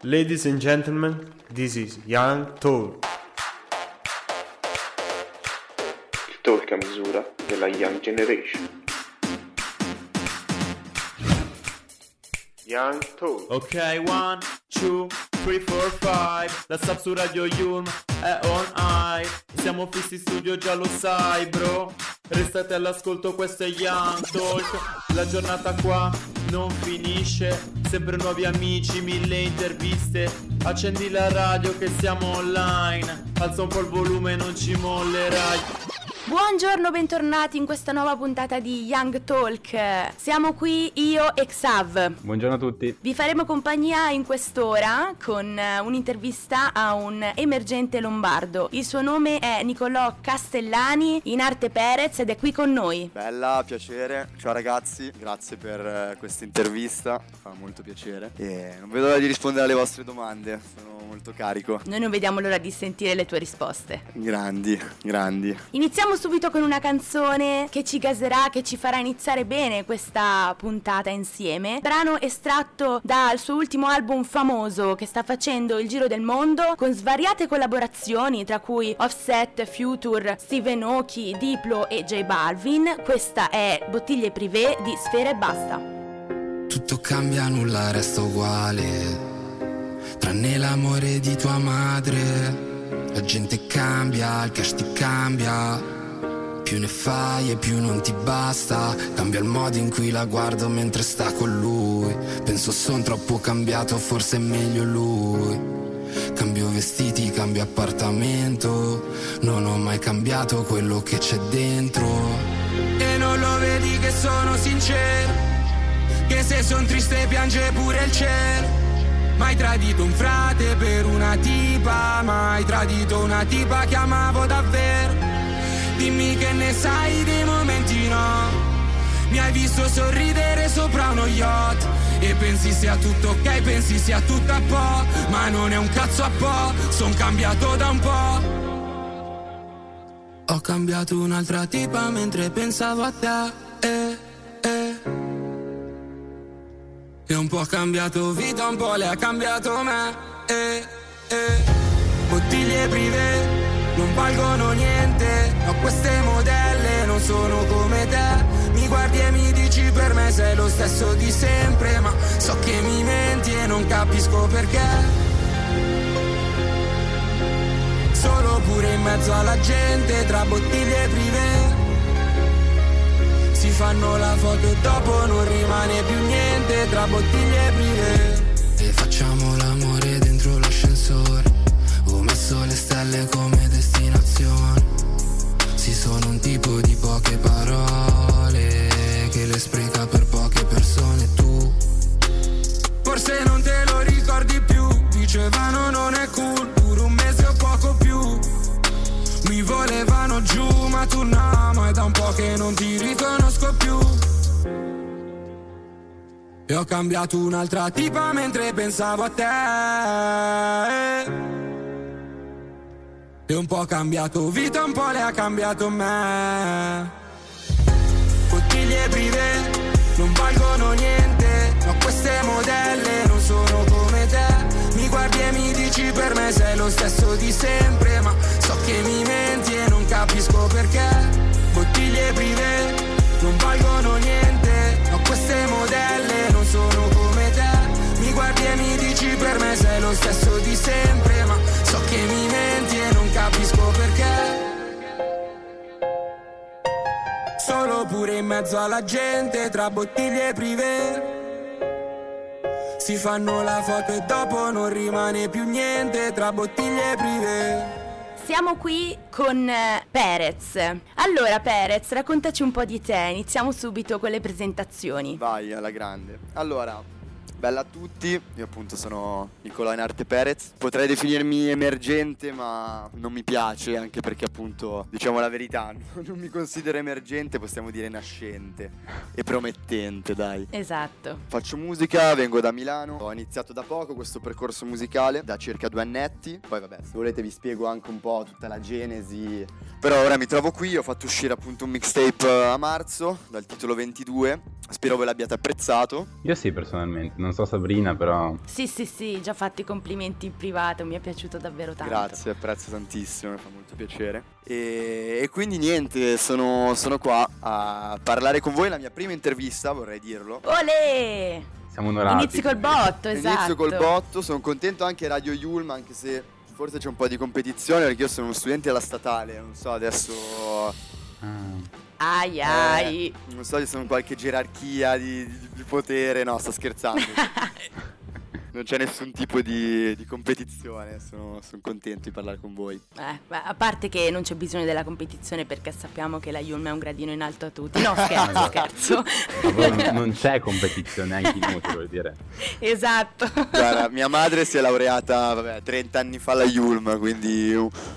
Ladies and gentlemen, this is Young Talk. Il talk a misura della Young Generation. Young Talk. Ok, 1, 2, 3, 4, 5. La sub su Radio Yulm è on high. Siamo fissi in studio, già lo sai, bro. Restate all'ascolto, questo è Young Talk. La giornata qua non finisce. Sempre nuovi amici, 1000 interviste. Accendi la radio che siamo online. Alza un po' il volume, non ci mollerai. Buongiorno, bentornati in questa nuova puntata di Young Talk. Siamo qui io e Xav. Buongiorno a tutti. Vi faremo compagnia in quest'ora con un'intervista a un emergente lombardo. Il suo nome è Nicolò Castellani, in arte Perez, ed è qui con noi. Bella, piacere. Ciao ragazzi, grazie per questa intervista, fa molto piacere e non vedo l'ora di rispondere alle vostre domande, sono molto carico. Noi non vediamo l'ora di sentire le tue risposte. Grandi. Iniziamo subito con una canzone che ci gaserà, che ci farà iniziare bene questa puntata insieme. Brano estratto dal suo ultimo album famoso che sta facendo il giro del mondo con svariate collaborazioni, tra cui Offset, Future, Steven Aoki, Diplo e J Balvin. Questa è Bottiglie Privé di Sfera Ebbasta. Tutto cambia, nulla resta uguale, tranne l'amore di tua madre. La gente cambia, il cash ti cambia, più ne fai e più non ti basta. Cambia il modo in cui la guardo mentre sta con lui. Penso son troppo cambiato, forse è meglio lui. Cambio vestiti, cambio appartamento, non ho mai cambiato quello che c'è dentro. E non lo vedi che sono sincero, che se son triste piange pure il cielo. Mai tradito un frate per una tipa, mai tradito una tipa che amavo davvero. Dimmi che ne sai dei momenti no, mi hai visto sorridere sopra uno yacht e pensi sia tutto ok, pensi sia tutto a po', ma non è un cazzo a po', son cambiato da un po'. Ho cambiato un'altra tipa mentre pensavo a te, e un po' ha cambiato vita, un po' le ha cambiato me, Bottiglie privé non valgono niente, ma queste modelle non sono come te. Mi guardi e mi dici per me sei lo stesso di sempre, ma so che mi menti e non capisco perché. Solo pure in mezzo alla gente, tra bottiglie privé, si fanno la foto e dopo non rimane più niente, tra bottiglie privé. E facciamo l'amore dentro l'ascensore, ho messo le stelle come destinazione. Sì, sono un tipo di poche parole, che le spreca per poche persone. Tu forse non te lo ricordi più, dicevano non è cool, pure un mese o poco più. Mi volevano giù ma tu no, ma è da un po' che non ti riconosco più. E ho cambiato un'altra tipa mentre pensavo a te, e un po' ha cambiato vita, un po' le ha cambiato me. Bottiglie privé non valgono niente, ma queste modelle non sono come te. Mi guardi e mi dici per me sei lo stesso di sempre, ma so che mi menti e non capisco perché. Bottiglie privé non valgono niente, ma queste modelle non sono come te. Mi guardi e mi dici per me sei lo stesso di sempre, ma so che mi menti e non capisco perché. Solo pure in mezzo alla gente, tra bottiglie privé, si fanno la foto e dopo non rimane più niente, tra bottiglie privé. Siamo qui con Perez. Allora Perez, raccontaci un po' di te, iniziamo subito con le presentazioni. Vai, alla grande. Allora, bella a tutti, io appunto sono Nicolò in arte Perez. Potrei definirmi emergente ma non mi piace, anche perché appunto, diciamo la verità, non mi considero emergente, possiamo dire nascente e promettente, dai. Esatto. Faccio musica, vengo da Milano, ho iniziato da poco questo percorso musicale, da circa 2 annetti. Poi vabbè, se volete vi spiego anche un po' tutta la genesi. Però ora mi trovo qui, ho fatto uscire appunto un mixtape a marzo dal titolo 22. Spero ve l'abbiate apprezzato. Io sì, personalmente, non Non so Sabrina, però... Sì, già fatti complimenti in privato, mi è piaciuto davvero tanto. Grazie, apprezzo tantissimo, mi fa molto piacere. E quindi niente, sono qua a parlare con voi, la mia prima intervista, vorrei dirlo. Olè! Siamo onorati. Inizi col botto, esatto. Inizio col botto, sono contento anche Radio Yulm, anche se forse c'è un po' di competizione perché io sono uno studente alla statale, non so adesso... Ai. Non so se sono in qualche gerarchia di potere, no, sto scherzando. Non c'è nessun tipo di competizione, sono contento di parlare con voi. A parte che non c'è bisogno della competizione perché sappiamo che la Yulm è un gradino in alto a tutti. No, scherzo. Non c'è competizione, anche inutile, vuol dire. Esatto. Guarda, mia madre si è laureata 30 anni fa alla Yulm, quindi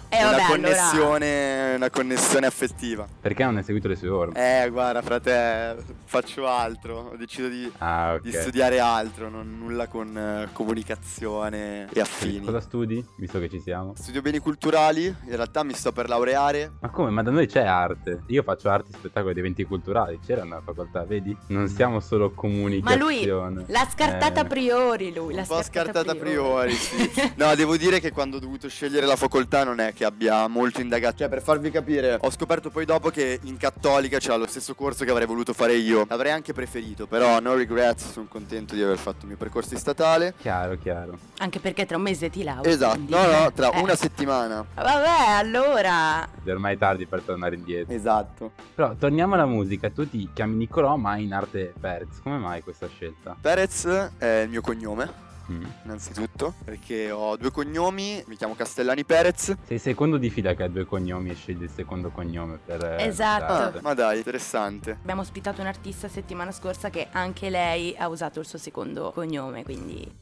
una connessione affettiva. Perché non hai seguito le sue orme? Guarda, frate, faccio altro, ho deciso di studiare altro, nulla con comunicazione e affini. Cosa studi, visto che ci siamo? Studio beni culturali, in realtà mi sto per laureare. Ma come? Ma da noi c'è arte. Io faccio arti, spettacoli ed eventi culturali. C'era una facoltà, vedi? Non siamo solo comunicazione. Ma lui l'ha scartata a priori, lui. Un po' scartata a priori, sì. No, devo dire che quando ho dovuto scegliere la facoltà non è che abbia molto indagato. Cioè, per farvi capire, ho scoperto poi dopo che in Cattolica c'era lo stesso corso che avrei voluto fare io. L'avrei anche preferito, però no regrets, sono contento di aver fatto il mio percorso di statale. Chiaro. Anche perché tra un mese ti lauri. Esatto, quindi... no, tra una settimana. Vabbè, allora. È ormai tardi per tornare indietro. Esatto. Però torniamo alla musica. Tu ti chiami Nicolò, ma in arte Perez. Come mai questa scelta? Perez è il mio cognome. Innanzitutto perché ho 2 cognomi, mi chiamo Castellani Perez. Sei il secondo di fila che ha 2 cognomi e scegli il secondo cognome per... Esatto. Ma dai, interessante. Abbiamo ospitato un artista settimana scorsa che anche lei ha usato il suo secondo cognome, quindi...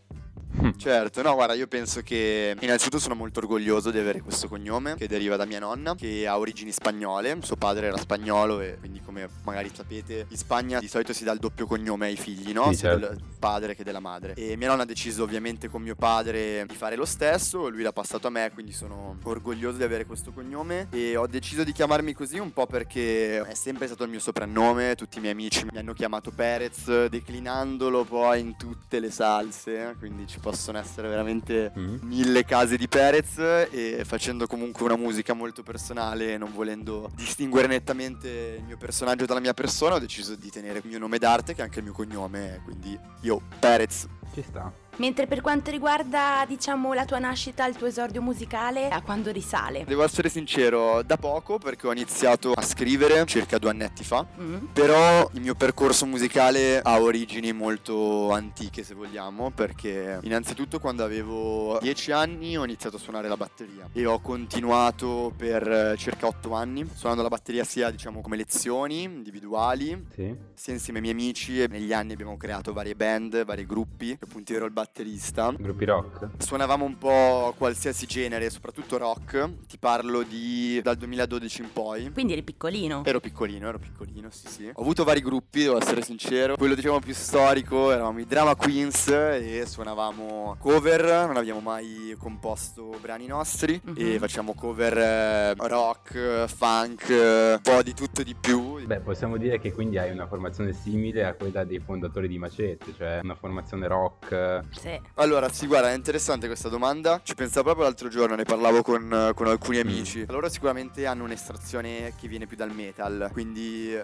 Certo, no, guarda, io penso che innanzitutto sono molto orgoglioso di avere questo cognome che deriva da mia nonna, che ha origini spagnole. Suo padre era spagnolo e quindi, come magari sapete, in Spagna di solito si dà il doppio cognome ai figli, no? Sì, sia certo. del padre che della madre. E mia nonna ha deciso ovviamente con mio padre di fare lo stesso, lui l'ha passato a me, quindi sono orgoglioso di avere questo cognome e ho deciso di chiamarmi così un po' perché è sempre stato il mio soprannome. Tutti i miei amici mi hanno chiamato Perez, declinandolo poi in tutte le salse, quindi ci possono essere veramente 1000 casi di Perez, e facendo comunque una musica molto personale, non volendo distinguere nettamente il mio personaggio dalla mia persona, ho deciso di tenere il mio nome d'arte che è anche il mio cognome, quindi io Perez. Ci sta. Mentre per quanto riguarda, diciamo, la tua nascita, il tuo esordio musicale, a quando risale? Devo essere sincero, da poco, perché ho iniziato a scrivere circa 2 annetti fa. Però il mio percorso musicale ha origini molto antiche, se vogliamo, perché innanzitutto quando avevo 10 anni ho iniziato a suonare la batteria e ho continuato per circa 8 anni suonando la batteria, sia diciamo come lezioni individuali, sia insieme ai miei amici, e negli anni abbiamo creato varie band, vari gruppi. Appunto ero il batterista. Gruppi rock? Suonavamo un po' qualsiasi genere, soprattutto rock. Ti parlo dal 2012 in poi. Quindi eri piccolino? Ero piccolino, sì. Ho avuto vari gruppi, devo essere sincero. Quello diciamo più storico eravamo i Drama Queens e suonavamo cover, non abbiamo mai composto brani nostri e facciamo cover rock, funk, un po' di tutto e di più. Beh, possiamo dire che quindi hai una formazione simile a quella dei fondatori di Macete, cioè una formazione rock. Sì. Allora, sì, guarda, è interessante questa domanda. Ci pensavo proprio l'altro giorno, ne parlavo con alcuni amici. Loro sicuramente hanno un'estrazione che viene più dal metal, quindi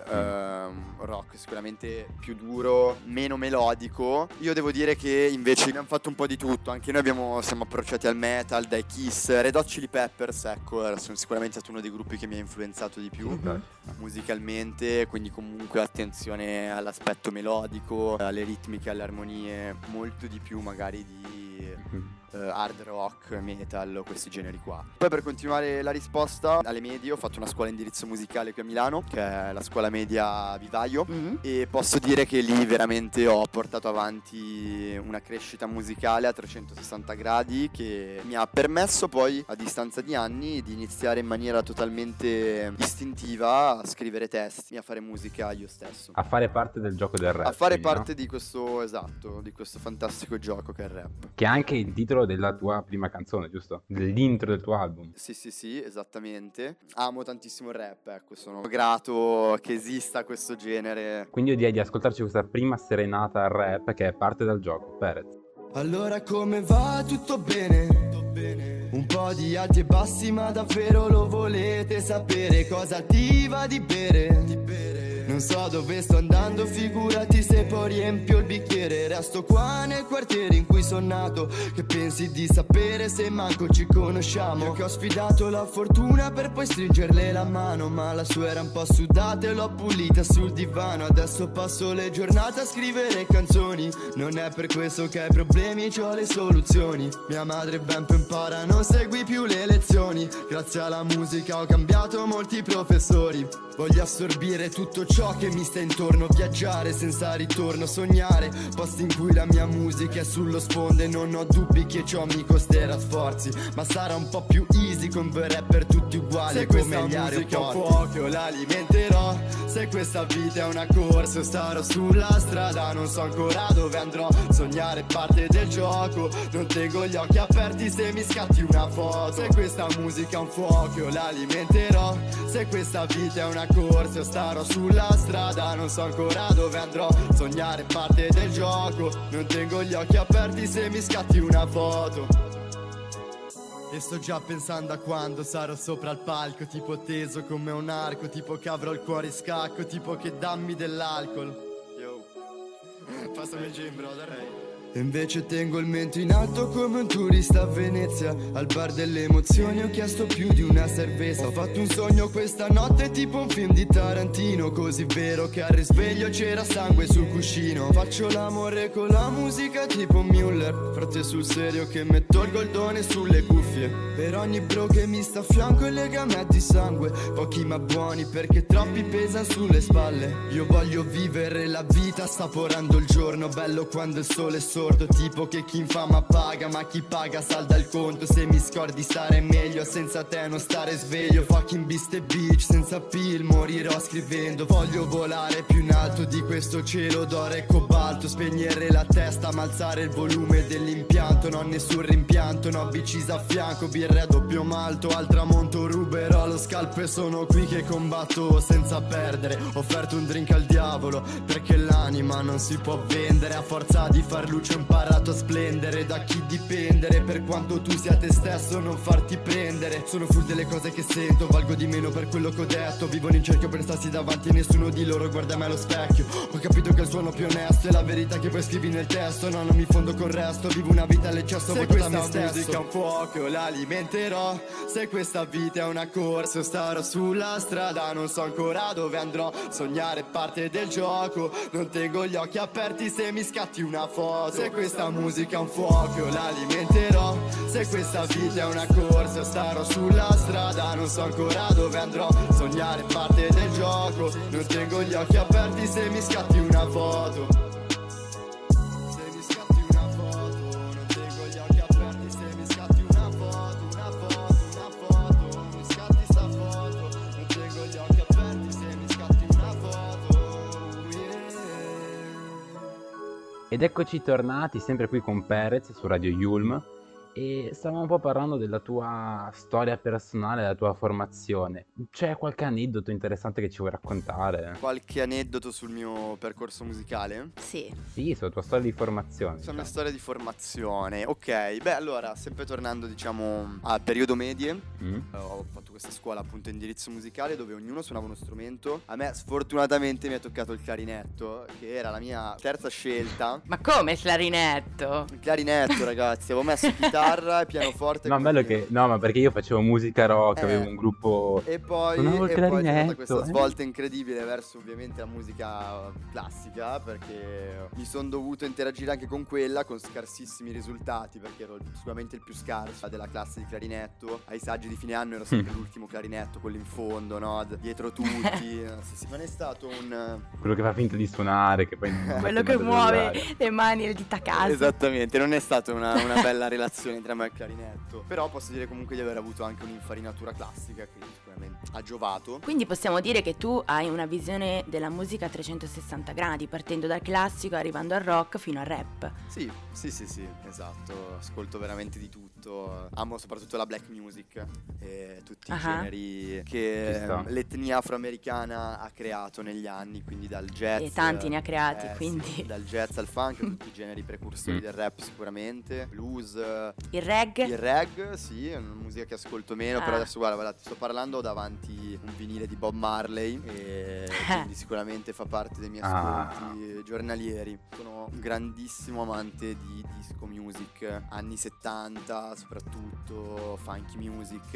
rock sicuramente più duro, meno melodico. Io devo dire che invece abbiamo fatto un po' di tutto. Anche noi siamo approcciati al metal, dai Kiss, Red Hot Chili Peppers, ecco, sono sicuramente stato uno dei gruppi che mi ha influenzato di più musicalmente, quindi comunque attenzione all'aspetto melodico, alle ritmiche, alle armonie, molto di più magari di hard rock, metal, questi generi qua. Poi per continuare la risposta, alle medie ho fatto una scuola indirizzo musicale qui a Milano, che è la scuola media Vivaio, e posso dire che lì veramente ho portato avanti una crescita musicale a 360 gradi che mi ha permesso poi a distanza di anni di iniziare in maniera totalmente istintiva a scrivere testi, a fare musica io stesso, a fare parte del gioco del rap, a fare quindi, parte di questo, esatto, di questo fantastico gioco che è il rap, che anche il titolo titolo della tua prima canzone, giusto? Dell'intro del tuo album. Sì, esattamente. Amo tantissimo il rap, ecco, sono grato che esista questo genere. Quindi io direi di ascoltarci questa prima serenata al rap che è parte dal gioco, Perez. Allora come va? Tutto bene? Un po' di alti e bassi, ma davvero lo volete sapere? Cosa ti va di bere? Non so dove sto andando, figurati se poi riempio il bicchiere. Resto qua nel quartiere in cui sono nato. Che pensi di sapere se manco ci conosciamo? Io che ho sfidato la fortuna per poi stringerle la mano, ma la sua era un po' sudata e l'ho pulita sul divano. Adesso passo le giornate a scrivere canzoni. Non è per questo che hai problemi, c'ho le soluzioni. Mia madre ben più impara, non segui più le lezioni. Grazie alla musica ho cambiato molti professori. Voglio assorbire tutto ciò che mi sta intorno, viaggiare senza ritorno, sognare posti in cui la mia musica è sullo sfondo e non ho dubbi che ciò mi costerà sforzi, ma sarà un po' più easy con due rapper tutti uguali. Se come gli aeroporti, ho fuoco l'alimenterò. Se questa vita è una corsa, starò sulla strada, non so ancora dove andrò. Sognare parte del gioco, non tengo gli occhi aperti se mi scatti una foto. Se questa musica è un fuoco, l'alimenterò. Se questa vita è una corsa, starò sulla strada, non so ancora dove andrò. Sognare parte del gioco, non tengo gli occhi aperti se mi scatti una foto. E sto già pensando a quando sarò sopra il palco, tipo teso come un arco, tipo che avrò il cuore in scacco, tipo che dammi dell'alcol. Yo, passami il gin, brother. E invece tengo il mento in alto come un turista a Venezia. Al bar delle emozioni ho chiesto più di una cerveza. Ho fatto un sogno questa notte tipo un film di Tarantino, così vero che al risveglio c'era sangue sul cuscino. Faccio l'amore con la musica tipo Müller, frate sul serio che metto il goldone sulle cuffie. Per ogni bro che mi sta a fianco il legame è di sangue. Pochi ma buoni perché troppi pesano sulle spalle. Io voglio vivere la vita assaporando il giorno, bello quando il sole è sordo, tipo che chi infama paga, ma chi paga salda il conto. Se mi scordi stare meglio, senza te non stare sveglio. Fucking beast e beach, senza pill morirò scrivendo. Voglio volare più in alto di questo cielo d'oro e cobalto, spegnere la testa ma alzare il volume dell'impianto. Non nessun rimpianto, no bicisa a fianco, birra a doppio malto. Al tramonto ruberò lo scalpo e sono qui che combatto senza perdere. Ho offerto un drink al diavolo perché l'anima non si può vendere. A forza di far luce ho imparato a splendere. Da chi dipendere, per quanto tu sia te stesso non farti prendere. Sono full delle cose che sento, valgo di meno per quello che ho detto. Vivono in cerchio per starsi davanti e nessuno di loro guarda me allo specchio. Ho capito che il suono più onesto è la verità che poi scrivi nel testo. No, non mi fondo col resto, vivo una vita all'eccesso. Se questa musica è un fuoco l'alimenterò. Se questa vita è una corsa starò sulla strada, non so ancora dove andrò. Sognare parte del gioco, non tengo gli occhi aperti se mi scatti una foto. Se questa musica è un fuoco l'alimenterò. Se questa vita è una corsa starò sulla strada, non so ancora dove andrò. Sognare parte del gioco, non tengo gli occhi aperti se mi scatti una foto. Se mi scatti una foto, non tengo gli occhi aperti se mi scatti una foto. Una foto, mi scatti sta foto. Non tengo gli occhi aperti se mi scatti una foto. Ed eccoci tornati sempre qui con Perez su Radio Yulm. E stavamo un po' parlando della tua storia personale, della tua formazione. C'è qualche aneddoto interessante che ci vuoi raccontare? Qualche aneddoto sul mio percorso musicale? Sì. Sì, sulla tua storia di formazione. Sulla mia storia di formazione, ok. Beh, allora, sempre tornando, diciamo, a periodo medie, ho fatto questa scuola appunto indirizzo musicale dove ognuno suonava uno strumento. A me sfortunatamente mi è toccato il clarinetto, che era la mia terza scelta. Ma come il clarinetto? Il clarinetto, ragazzi, avevo messo chitarra e pianoforte. No, bello che... No, ma perché io facevo musica rock, avevo un gruppo... E poi c'è stata questa svolta incredibile verso ovviamente la musica classica, perché mi sono dovuto interagire anche con quella, con scarsissimi risultati, perché ero sicuramente il più scarso della classe di clarinetto. Ai saggi di fine anno ero sempre l'ultimo clarinetto, quello in fondo, no? Dietro tutti. Sì, non è stato un... Quello che fa finta di suonare, che poi... Quello che muove le mani e le dita a caso. Esattamente, non è stata una bella relazione suoneremo il clarinetto. Però posso dire comunque di aver avuto anche un'infarinatura classica che sicuramente ha giovato. Quindi possiamo dire che tu hai una visione della musica a 360 gradi, partendo dal classico, arrivando al rock fino al rap. Sì, esatto. Ascolto veramente di tutto. Amo soprattutto la black music e tutti i generi che l'etnia afroamericana ha creato negli anni, quindi dal jazz. E tanti ne ha creati, quindi. Sì, dal jazz al funk, tutti i generi precursori del rap sicuramente. Blues. Il reggae? Il reggae, sì, è una musica che ascolto meno, però adesso guarda, ti sto parlando davanti un vinile di Bob Marley e quindi sicuramente fa parte dei miei ascolti giornalieri. Sono un grandissimo amante di disco music, anni 70 soprattutto, funky music,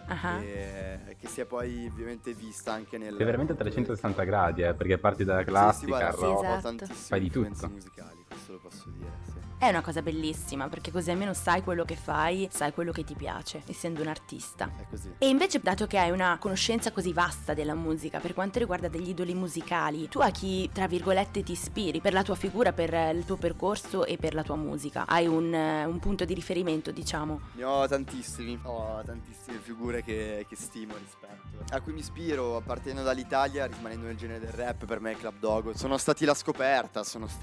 che si è poi ovviamente vista anche nel... È veramente a 360 gradi, perché parti dalla classica, sì, rock, ho tantissime fai di tutto. influenze musicali, questo lo posso dire, sì. È una cosa bellissima, perché così almeno sai quello che fai, sai quello che ti piace, essendo un artista. È così. E invece, dato che hai una conoscenza così vasta della musica, per quanto riguarda degli idoli musicali, tu a chi, tra virgolette, ti ispiri per la tua figura, per il tuo percorso e per la tua musica? Hai un punto di riferimento, diciamo? Ne ho tantissime figure che stimo rispetto. A cui mi ispiro, partendo dall'Italia, rimanendo nel genere del rap, per me è Club Dogo. Sono stati la scoperta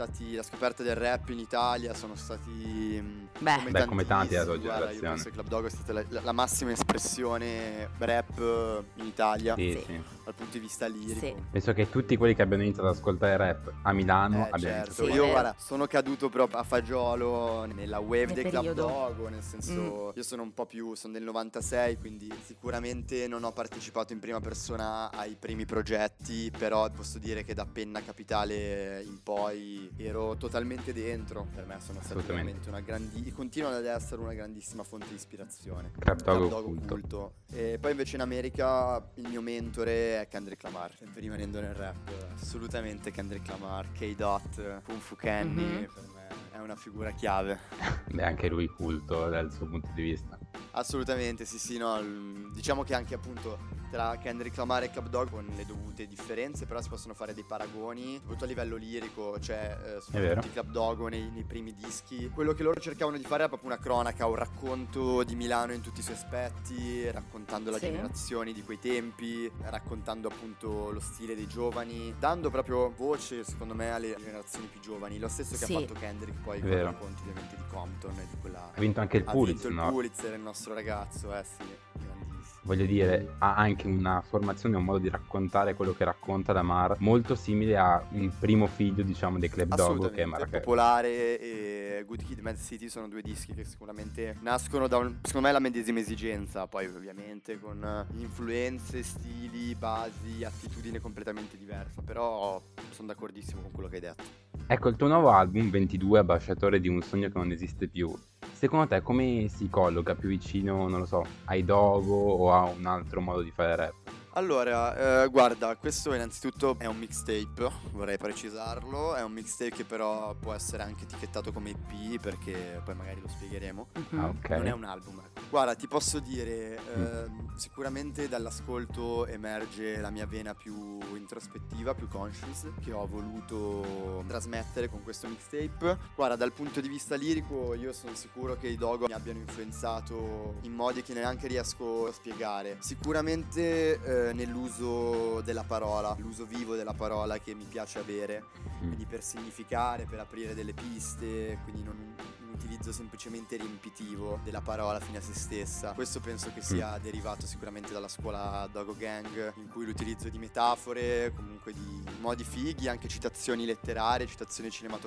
del rap in Italia, sono stati come tanti della tua generazione. Io penso che Club Dogo è stata la massima espressione rap in Italia, dal punto di vista lirico. Sì. Penso che tutti quelli che abbiano iniziato ad ascoltare rap a Milano abbiano certo. Io guarda, sono caduto proprio a fagiolo nella wave dei Club Dogo, nel senso io sono un po' più, sono del 96, quindi sicuramente non ho partecipato in prima persona ai primi progetti, però posso dire che da Penna Capitale in poi ero totalmente dentro. Per me sono stati veramente continuano ad essere una grandissima fonte di ispirazione. Club Dogo culto. E poi invece in America il mio mentore è Kendrick Lamar, sempre rimanendo nel rap, assolutamente Kendrick Lamar, K-Dot, Kung Fu Kenny, per me è una figura chiave. Beh, anche lui culto dal suo punto di vista. Assolutamente, sì, no, diciamo che anche appunto tra Kendrick Lamar e Club Dogo, con le dovute differenze, però si possono fare dei paragoni, soprattutto a livello lirico, cioè soprattutto Club Dogo nei primi dischi, quello che loro cercavano di fare era proprio una cronaca, un racconto di Milano in tutti i suoi aspetti, raccontando le generazioni di quei tempi, raccontando appunto lo stile dei giovani, dando proprio voce secondo me alle generazioni più giovani, lo stesso che ha fatto Kendrick poi con i racconti ovviamente di Compton e di quella... Ha vinto anche il Pulitzer, il Pulitzer, il nostro ragazzo, sì, grandissimo. Voglio dire, ha anche una formazione, un modo di raccontare quello che racconta Lamar molto simile a il primo figlio, diciamo, dei Club Dogo, che è Marrakesh. Popolare e Good Kid, Mad City sono due dischi che sicuramente nascono da secondo me la medesima esigenza, poi ovviamente con influenze, stili, basi, attitudine completamente diversa, però sono d'accordissimo con quello che hai detto. Ecco, il tuo nuovo album, 22, Ambasciatore di un sogno che non esiste più, secondo te come si colloca più vicino, non lo so, ai Dogo o a un altro modo di fare rap? Allora, guarda, questo innanzitutto è un mixtape, vorrei precisarlo, è un mixtape che però può essere anche etichettato come EP, perché poi magari lo spiegheremo. Okay. Non è un album, ecco. Guarda, ti posso dire, sicuramente dall'ascolto emerge la mia vena più introspettiva, più conscious, che ho voluto trasmettere con questo mixtape. Guarda, dal punto di vista lirico io sono sicuro che i Dogo mi abbiano influenzato in modi che neanche riesco a spiegare. Sicuramente nell'uso della parola, l'uso vivo della parola che mi piace avere, quindi per significare, per aprire delle piste, quindi non un utilizzo semplicemente riempitivo della parola fine a se stessa. Questo penso che sia derivato sicuramente dalla scuola Dogo Gang, in cui l'utilizzo di metafore, comunque di modi fighi, anche citazioni letterarie, citazioni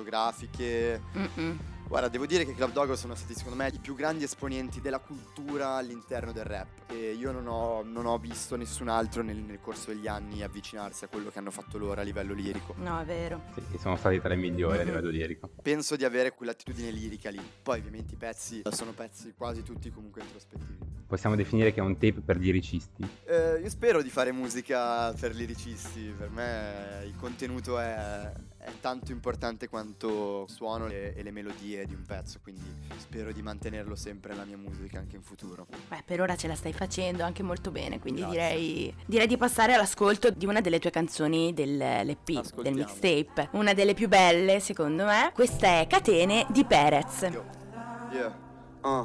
cinematografiche. Guarda, devo dire che Club Dogo sono stati secondo me i più grandi esponenti della cultura all'interno del rap, e io non ho visto nessun altro nel corso degli anni avvicinarsi a quello che hanno fatto loro a livello lirico. No, è vero. Sì, sono stati tra i migliori a livello lirico. Penso di avere quell'attitudine lirica lì. Poi ovviamente i pezzi sono pezzi quasi tutti comunque introspettivi. Possiamo definire che è un tape per liricisti? Io spero di fare musica per liricisti. Per me il contenuto è tanto importante quanto il suono e le melodie di un pezzo, quindi spero di mantenerlo sempre nella mia musica anche in futuro. Beh, per ora ce la stai facendo anche molto bene, quindi direi di passare all'ascolto di una delle tue canzoni dell'EP, del mixtape, una delle più belle secondo me. Questa è Catene di Perez.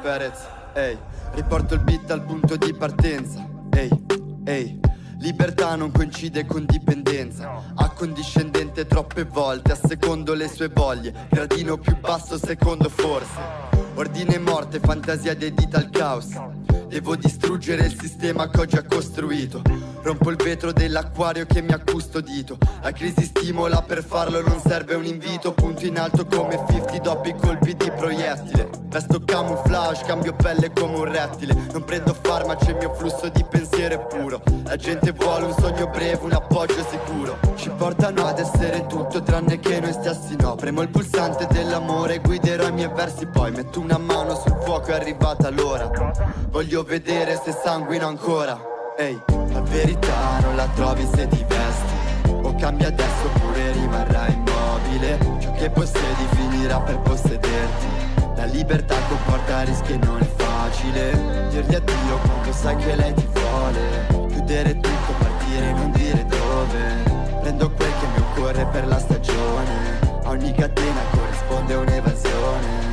Perez. Ehi, riporto il beat al punto di partenza. Ehi, libertà non coincide con dipendenza. Accondiscendente troppe volte, a secondo le sue voglie. Gradino più basso, secondo forse. Ordine morte, fantasia dedita al caos. Devo distruggere il sistema che ho già costruito. Rompo il vetro dell'acquario che mi ha custodito. La crisi stimola, per farlo non serve un invito. Punto in alto come 50 dopo i colpi di proiettile. Vesto camouflage, cambio pelle come un rettile. Non prendo farmaci, il mio flusso di pensiero è puro. La gente vuole un sogno breve, un appoggio sicuro. Ci portano ad essere tutto tranne che noi stessi no. Premo il pulsante dell'amore, guiderò i miei versi. Poi metto una mano sul fuoco, è arrivata l'ora. Voglio vedere se sanguino ancora. Ehi, la verità non la trovi se ti vesti. O cambia adesso oppure rimarrai immobile. Ciò che possiedi finirà per possederti. La libertà comporta rischi e non è facile. Dirgli addio quando sai che lei ti vuole. Chiudere tutto, partire e non dire dove. Prendo quel che mi occorre per la stagione. A ogni catena corrisponde un'evasione.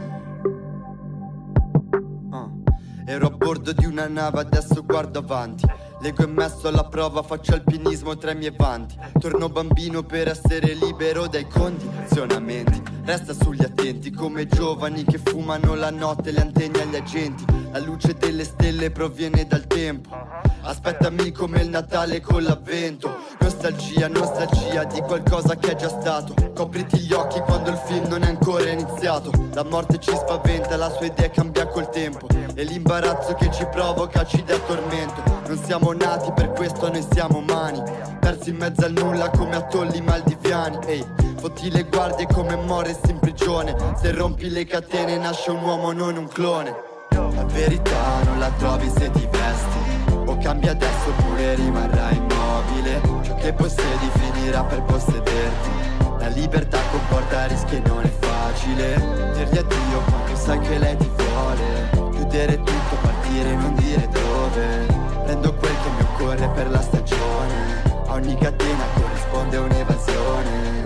Ero a bordo di una nave, adesso guardo avanti. L'ego è messo alla prova, faccio alpinismo tra i miei vanti. Torno bambino per essere libero dai condizionamenti. Resta sugli attenti come giovani che fumano la notte, le antenne agli agenti. La luce delle stelle proviene dal tempo. Aspettami come il Natale con l'avvento. Nostalgia, nostalgia di qualcosa che è già stato. Copriti gli occhi quando il film non è ancora iniziato. La morte ci spaventa, la sua idea cambia col tempo. E l'imbarazzo che ci provoca ci dà tormento. Non siamo nati per questo, noi siamo umani. Persi in mezzo al nulla come atolli maldiviani. Ehi, fotti le guardie come Morris in prigione. Se rompi le catene nasce un uomo, non un clone. La verità non la trovi se ti vesti. O cambia adesso oppure rimarrai immobile. Ciò che possiedi finirà per possederti. La libertà comporta rischi e non è facile. Dirgli addio quando sai che lei ti vuole. Chiudere tutto, partire e non dire dove. Prendo quel che mi occorre per la stagione. A ogni catena corrisponde un'evasione.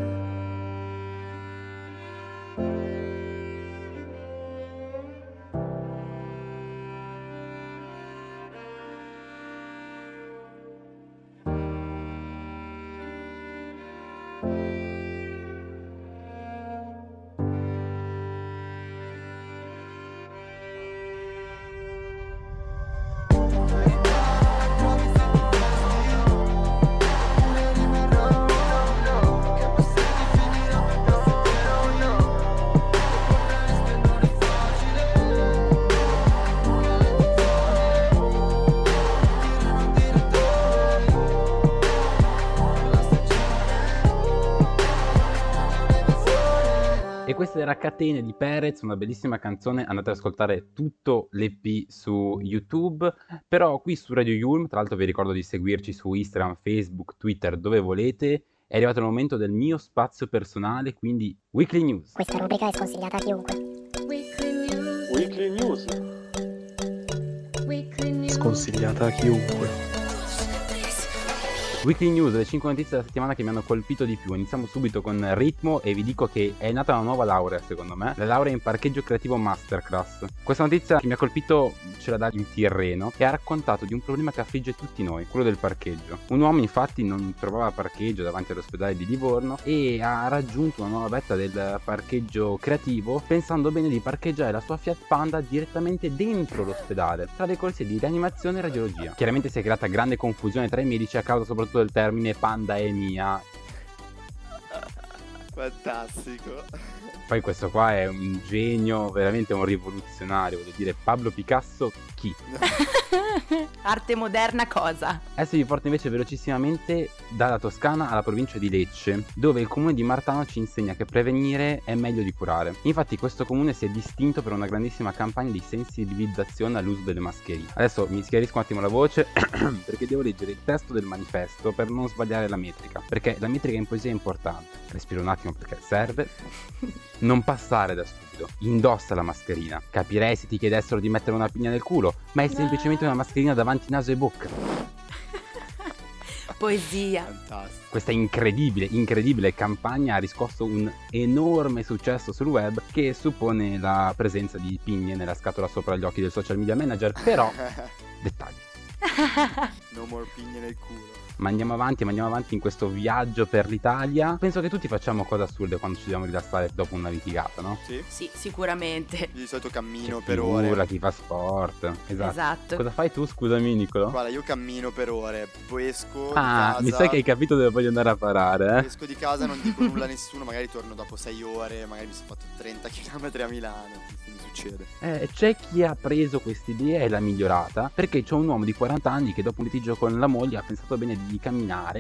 E questa era Catene di Perez, una bellissima canzone, andate ad ascoltare tutto l'EP su YouTube, però qui su Radio Yulm, tra l'altro vi ricordo di seguirci su Instagram, Facebook, Twitter, dove volete, è arrivato il momento del mio spazio personale, quindi Weekly News. Questa rubrica è sconsigliata a chiunque. Weekly News. Sconsigliata a chiunque. Weekly News, le 5 notizie della settimana che mi hanno colpito di più. Iniziamo subito con ritmo e vi dico che è nata una nuova laurea secondo me, la laurea in parcheggio creativo masterclass. Questa notizia che mi ha colpito ce la dà in Tirreno e ha raccontato di un problema che affligge tutti noi, quello del parcheggio. Un uomo infatti non trovava parcheggio davanti all'ospedale di Livorno e ha raggiunto una nuova vetta del parcheggio creativo pensando bene di parcheggiare la sua Fiat Panda direttamente dentro l'ospedale, tra le corsie di rianimazione e radiologia. Chiaramente si è creata grande confusione tra i medici a causa soprattutto del termine Panda è mia. Fantastico. Poi questo qua è un genio, veramente un rivoluzionario, voglio dire, Pablo Picasso chi? Arte moderna cosa? Adesso vi porto invece velocissimamente dalla Toscana alla provincia di Lecce, dove il comune di Martano ci insegna che prevenire è meglio di curare. Infatti questo comune si è distinto per una grandissima campagna di sensibilizzazione all'uso delle mascherine. Adesso mi schiarisco un attimo la voce perché devo leggere il testo del manifesto per non sbagliare la metrica, perché la metrica in poesia è importante. Respiro un attimo perché serve. Non passare da stupido, indossa la mascherina. Capirei se ti chiedessero di mettere una pigna nel culo, ma è semplicemente una mascherina davanti naso e bocca. Poesia. Fantastico. Questa incredibile campagna ha riscosso un enorme successo sul web, che suppone la presenza di pigne nella scatola sopra gli occhi del social media manager, però dettagli. No more pigne nel culo. Ma andiamo avanti in questo viaggio per l'Italia. Penso che tutti facciamo cose assurde quando ci dobbiamo rilassare dopo una litigata, no? Sì, sicuramente. Io di solito cammino C'è per chi ore. urla, chi fa sport. Esatto. Cosa fai tu, scusami, Nicolo? Guarda, io cammino per ore, poi esco di Ah, casa. mi sa che hai capito dove voglio andare a parare, eh? Esco di casa, non dico nulla a nessuno, magari torno dopo 6 ore, magari mi sono fatto 30 km a Milano. Questo mi succede. C'è chi ha preso quest'idea e l'ha migliorata, perché c'è un uomo di 40 anni che dopo un litigio con la moglie ha pensato bene di camminare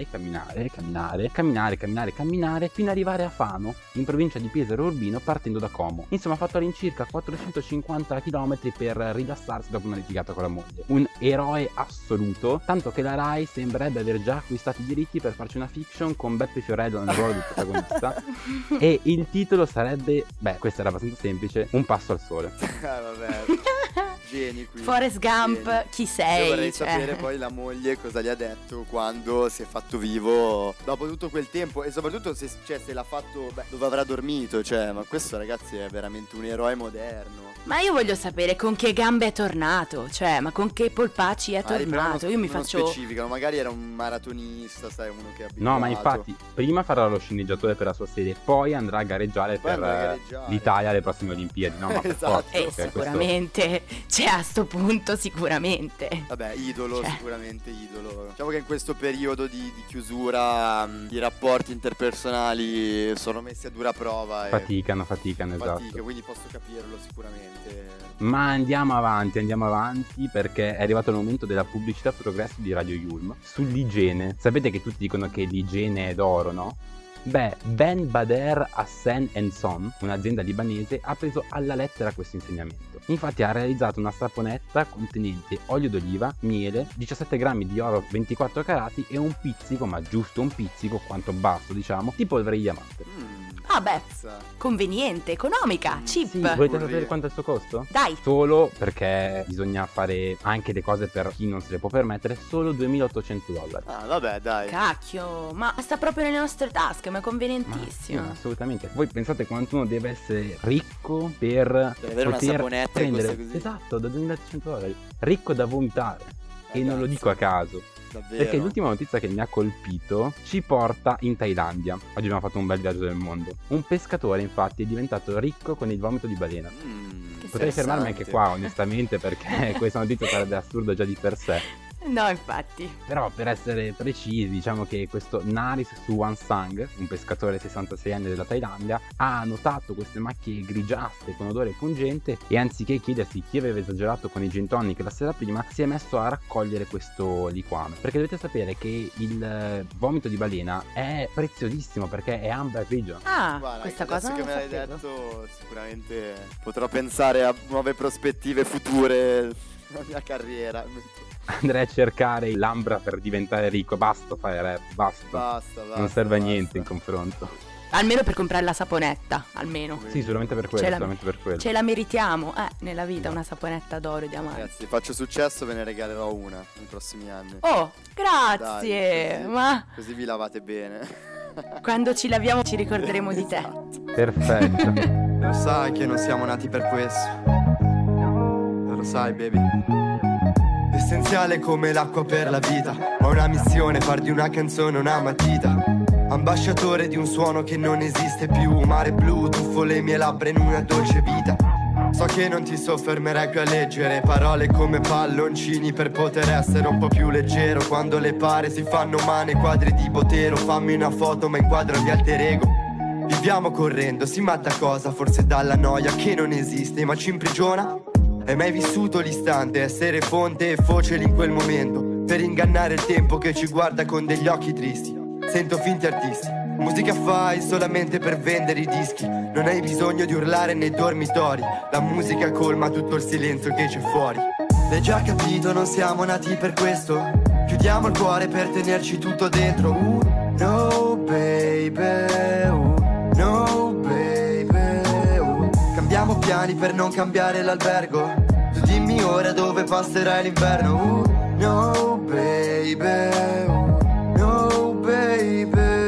fino ad arrivare a Fano, in provincia di Pesaro Urbino, partendo da Como. Insomma, ha fatto all'incirca 450 km per rilassarsi dopo una litigata con la moglie. Un eroe assoluto, tanto che la Rai sembrerebbe aver già acquistato i diritti per farci una fiction con Beppe Fiorello nel ruolo del protagonista. E il titolo sarebbe, questo era abbastanza semplice, Un passo al sole. Vabbè. Geni qui. Forrest Gump, Geni. chi sei? Io vorrei sapere poi la moglie cosa gli ha detto quando si è fatto vivo dopo tutto quel tempo, e soprattutto se l'ha fatto dove avrà dormito, ma questo, ragazzi, è veramente un eroe moderno. Ma io voglio sapere con che gambe è tornato, ma con che polpacci è tornato. Io mi faccio specificano, magari era un maratonista, sai, uno che ha abituato. No, ma infatti prima farà lo sceneggiatore per la sua serie, poi andrà a gareggiare l'Italia alle prossime Olimpiadi, no? Ma per Esatto. forza, sicuramente, a sto punto sicuramente. Vabbè, idolo, sicuramente idolo. Diciamo che in questo periodo di chiusura i rapporti interpersonali sono messi a dura prova. Faticano, esatto. Quindi posso capirlo sicuramente. Ma andiamo avanti perché è arrivato il momento della pubblicità progresso di Radio Yulm sull'igiene. Sapete che tutti dicono che l'igiene è d'oro, no? Ben Bader Hassan Son, un'azienda libanese, ha preso alla lettera questo insegnamento. Infatti ha realizzato una saponetta contenente olio d'oliva, miele, 17 grammi di oro 24 carati e un pizzico, ma giusto un pizzico, quanto basso diciamo, di polvere di diamante. Conveniente, economica, cheap. Sì, volete sapere quanto è il suo costo? Dai. Solo perché bisogna fare anche le cose per chi non se le può permettere, solo $2.800. Ah, vabbè, dai. Cacchio, ma sta proprio nelle nostre tasche, ma è convenientissimo. Sì, assolutamente. Voi pensate quanto uno deve essere ricco per avere una saponetta prendere, così. Esatto, da $2.800. Ricco da vomitare. E non lo dico a caso. Davvero? Perché l'ultima notizia che mi ha colpito ci porta in Thailandia. Oggi abbiamo fatto un bel viaggio del mondo. Un pescatore infatti è diventato ricco con il vomito di balena. Potrei fermarmi anche qua onestamente, perché questa notizia sarebbe assurda già di per sé. No, infatti. Però per essere precisi, diciamo che questo Naris Suwansang, un pescatore 66 anni della Thailandia, ha notato queste macchie grigiastre con odore pungente e anziché chiedersi chi aveva esagerato con i gin tonic la sera prima, si è messo a raccogliere questo liquame. Perché dovete sapere che il vomito di balena è preziosissimo perché è amber grigio. Ah, guarda, questa cosa non che me l'hai sapevo. detto, sicuramente potrò pensare a nuove prospettive future nella mia carriera. Andrei a cercare l'ambra per diventare ricco. Basta fare rap, basta. Non serve a niente in confronto. Almeno per comprare la saponetta, almeno. Sì, solamente per quello, Ce la meritiamo, nella vita una saponetta d'oro e diamanti. Ragazzi, faccio successo, ve ne regalerò una nei prossimi anni. Oh, grazie. Dai, così vi lavate bene. Quando ci laviamo ci ricorderemo di te. Perfetto. Lo sai che non siamo nati per questo. Lo sai, baby. Essenziale come l'acqua per la vita. Ho una missione, far di una canzone una matita. Ambasciatore di un suono che non esiste più. Mare blu, tuffo le mie labbra in una dolce vita. So che non ti soffermerai più a leggere parole come palloncini per poter essere un po' più leggero. Quando le pare si fanno male quadri di Botero. Fammi una foto ma inquadro di alter ego. Viviamo correndo, si ma da cosa? Forse dalla noia che non esiste ma ci imprigiona? Hai mai vissuto l'istante, essere fonte e foce in quel momento, per ingannare il tempo che ci guarda con degli occhi tristi? Sento finti artisti, musica fai solamente per vendere i dischi. Non hai bisogno di urlare nei dormitori, la musica colma tutto il silenzio che c'è fuori. L'hai già capito, non siamo nati per questo. Chiudiamo il cuore per tenerci tutto dentro. No baby, no baby. Cambiamo piani per non cambiare l'albergo. Tu dimmi ora dove passerai l'inverno. No baby, no baby.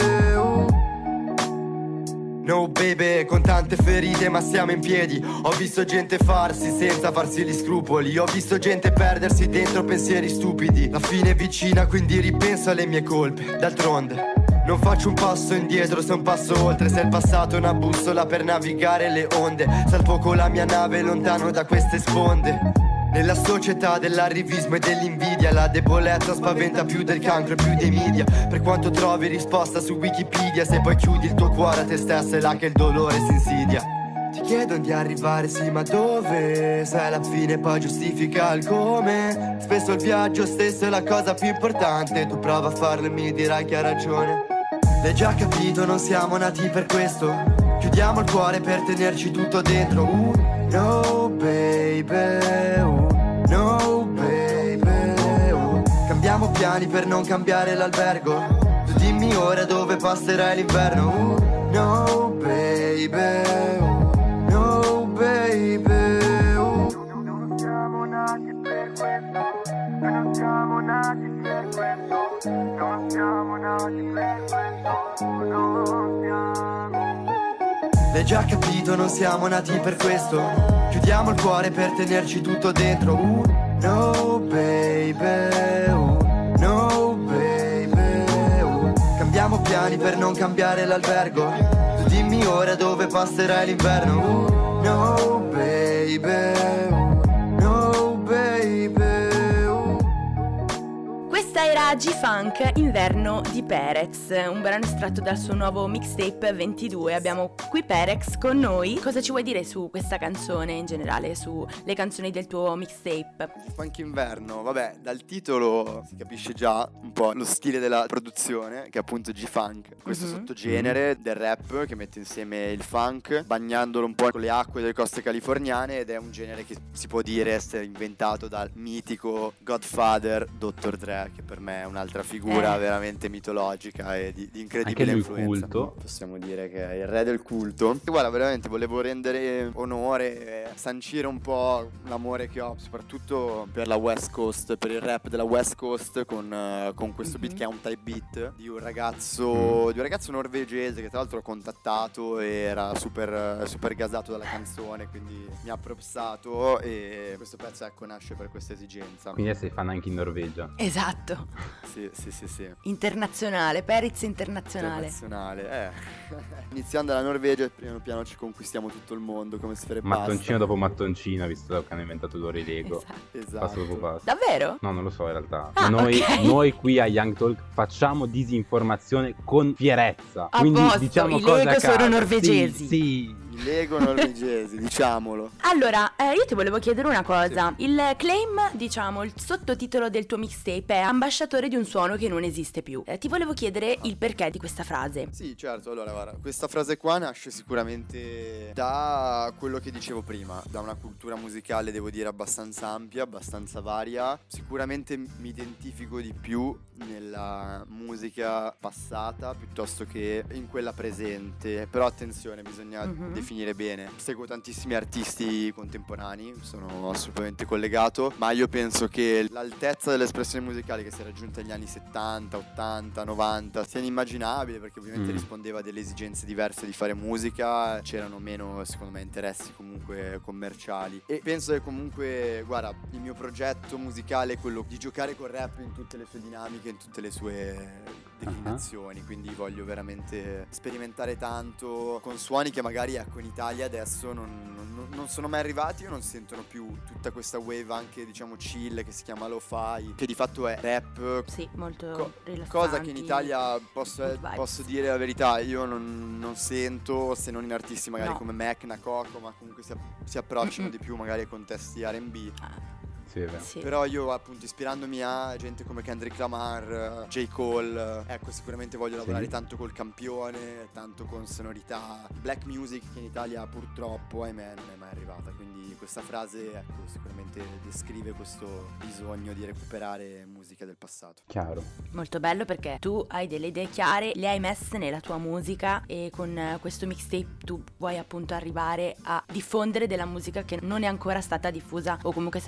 No baby, con tante ferite ma siamo in piedi. Ho visto gente farsi senza farsi gli scrupoli. Ho visto gente perdersi dentro pensieri stupidi. La fine è vicina quindi ripenso alle mie colpe. D'altronde non faccio un passo indietro se un passo oltre. Se il passato è una bussola per navigare le onde, salvo con la mia nave lontano da queste sponde. Nella società dell'arrivismo e dell'invidia, la debolezza spaventa più del cancro e più dei media. Per quanto trovi risposta su Wikipedia, se poi chiudi il tuo cuore a te stessa è là che il dolore si insidia. Ti chiedono di arrivare sì ma dove? Se alla fine poi giustifica il come. Spesso il viaggio stesso è la cosa più importante. Tu prova a farlo e mi dirai che hai ragione. L'hai già capito, non siamo nati per questo. Chiudiamo il cuore per tenerci tutto dentro. No baby, no baby. Cambiamo piani per non cambiare l'albergo. Tu dimmi ora dove passerai l'inverno. No baby, no baby. Non siamo nati per questo. Non siamo nati per questo. Non siamo nati per questo. Non siamo. L'hai già capito, non siamo nati per questo. Chiudiamo il cuore per tenerci tutto dentro. No baby, no baby. Cambiamo piani per non cambiare l'albergo. Tu dimmi ora dove passerai l'inverno. No baby, no baby. Questa era G-Funk, Inverno di Perez, un brano estratto dal suo nuovo mixtape 22. Abbiamo qui Perez con noi. Cosa ci vuoi dire su questa canzone in generale, sulle canzoni del tuo mixtape? Funk Inverno, vabbè, dal titolo si capisce già un po' lo stile della produzione, che è appunto G-Funk, questo sottogenere del rap che mette insieme il funk, bagnandolo un po' con le acque delle coste californiane, ed è un genere che si può dire essere inventato dal mitico Godfather Dr. Dre, che per me è un'altra figura veramente mitologica e di incredibile influenza. Culto. Possiamo dire che è il re del culto. E guarda, veramente volevo rendere onore e sancire un po' l'amore che ho soprattutto per la West Coast, per il rap della West Coast, con questo beat che è un type beat di un ragazzo norvegese che tra l'altro ho contattato e era super gasato dalla canzone, quindi mi ha propsato, e questo pezzo ecco nasce per questa esigenza. Quindi sei fan anche in Norvegia. Esatto. Sì. Internazionale, Perez internazionale. Iniziando dalla Norvegia, piano piano ci conquistiamo tutto il mondo come sfere basta. Mattoncino dopo mattoncino, visto che hanno inventato loro i Lego. Esatto. Passo dopo passo. Davvero? No, non lo so in realtà. Ah, Noi qui a Young Talk facciamo disinformazione con fierezza. A Quindi posto, diciamo i cose Lego a caso. sono norvegesi. Sì. I Lego norvegesi, diciamolo. Allora, io ti volevo chiedere una cosa. Sì. Il claim, diciamo, il sottotitolo del tuo mixtape è Ambasciatore di un suono che non esiste più. Ti volevo chiedere il perché di questa frase. Sì, certo. Allora, guarda, questa frase qua nasce sicuramente da quello che dicevo prima, da una cultura musicale, devo dire, abbastanza ampia, abbastanza varia. Sicuramente mi identifico di più nella musica passata piuttosto che in quella presente. Però attenzione, bisogna definire bene. Seguo tantissimi artisti contemporanei, sono assolutamente collegato, ma io penso che l'altezza delle espressioni musicali che si è raggiunta negli anni 70, 80, 90 sia inimmaginabile, perché ovviamente rispondeva a delle esigenze diverse di fare musica, c'erano meno, secondo me, interessi comunque commerciali, e penso che comunque, guarda, il mio progetto musicale è quello di giocare col rap in tutte le sue dinamiche, in tutte le sue declinazioni, quindi voglio veramente sperimentare tanto con suoni che magari, ecco, in Italia adesso non sono mai arrivati o non sentono più tutta questa wave anche, diciamo, chill, che si chiama lo-fi, che di fatto è rap. Sì, molto rilassante. Cosa che in Italia posso dire la verità, io non sento, se non in artisti magari come Mac, Nakoko, ma comunque si approcciano di più magari ai contesti R&B. Sì. Però io, appunto, ispirandomi a gente come Kendrick Lamar, J. Cole, ecco, sicuramente voglio lavorare tanto col campione, tanto con sonorità black music, che in Italia purtroppo, ahimè, non è mai arrivata. Quindi questa frase, ecco, sicuramente descrive questo bisogno di recuperare musica del passato. Chiaro. Molto bello, perché tu hai delle idee chiare, le hai messe nella tua musica, e con questo mixtape tu vuoi appunto arrivare a diffondere della musica che non è ancora stata diffusa, o comunque è stata diffusa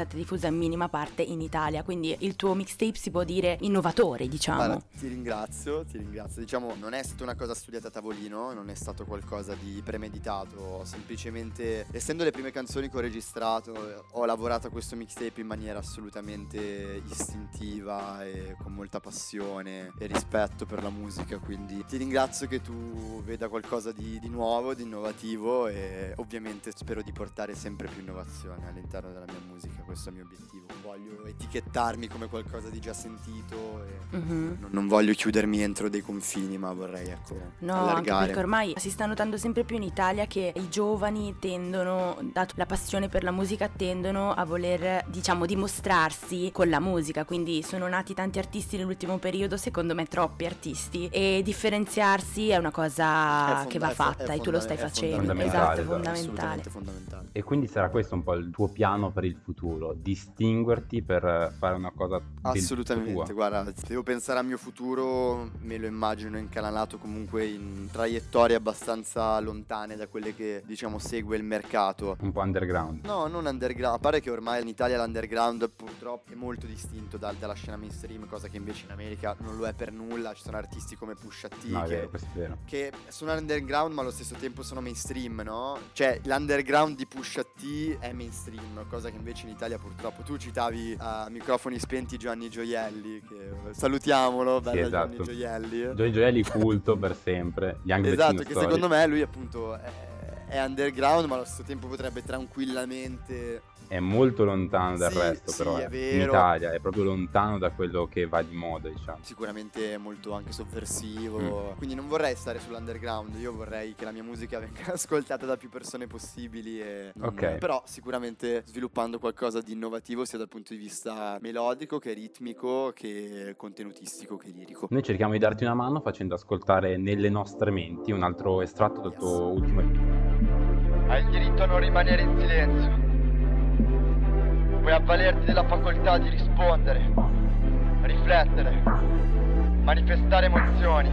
in minima parte in Italia, quindi il tuo mixtape si può dire innovatore, diciamo. Guarda, ti ringrazio. Diciamo, non è stata una cosa studiata a tavolino, non è stato qualcosa di premeditato, semplicemente, essendo le prime canzoni che ho registrato, ho lavorato a questo mixtape in maniera assolutamente istintiva e con molta passione e rispetto per la musica, quindi ti ringrazio che tu veda qualcosa di nuovo, di innovativo, e ovviamente spero di portare sempre più innovazione all'interno della mia musica. Questo è il mio obiettivo. Non voglio etichettarmi come qualcosa di già sentito e non voglio chiudermi entro dei confini, ma vorrei allargare. Anche perché ormai si sta notando sempre più in Italia che i giovani tendono, dato la passione per la musica, tendono a voler, diciamo, dimostrarsi con la musica, quindi sono nati tanti artisti nell'ultimo periodo, secondo me troppi artisti, e differenziarsi è una cosa che va fatta e tu lo stai facendo. Esatto, è fondamentale. E quindi sarà questo un po' il tuo piano per il futuro, distinguerti per fare una cosa assolutamente tua. Guarda, se devo pensare al mio futuro me lo immagino incanalato comunque in traiettorie abbastanza lontane da quelle che, diciamo, segue il mercato. Un po' underground. No, non underground, a parte che ormai in Italia l'underground purtroppo è molto distinto dalla scena mainstream, cosa che invece in America non lo è per nulla. Ci sono artisti come Pusha T che sono underground ma allo stesso tempo sono mainstream, no? Cioè l'underground di Pusha T è mainstream, cosa che invece in Italia purtroppo. Tu citavi a microfoni spenti Gianni Gioielli, che salutiamolo, bella, sì, esatto. Gianni Gioielli culto per sempre. Esatto, che secondo me lui appunto è underground ma allo stesso tempo potrebbe tranquillamente... È molto lontano dal resto, però è vero. In Italia è proprio lontano da quello che va di moda, diciamo. Sicuramente è molto anche sovversivo, quindi non vorrei stare sull'underground. Io vorrei che la mia musica venga ascoltata da più persone possibili però sicuramente sviluppando qualcosa di innovativo sia dal punto di vista melodico, che ritmico, che contenutistico, che lirico. Noi cerchiamo di darti una mano facendo ascoltare Nelle nostre menti un altro estratto del tuo ultimo EP. Hai il diritto a non rimanere in silenzio. Puoi avvalerti della facoltà di rispondere, riflettere, manifestare emozioni.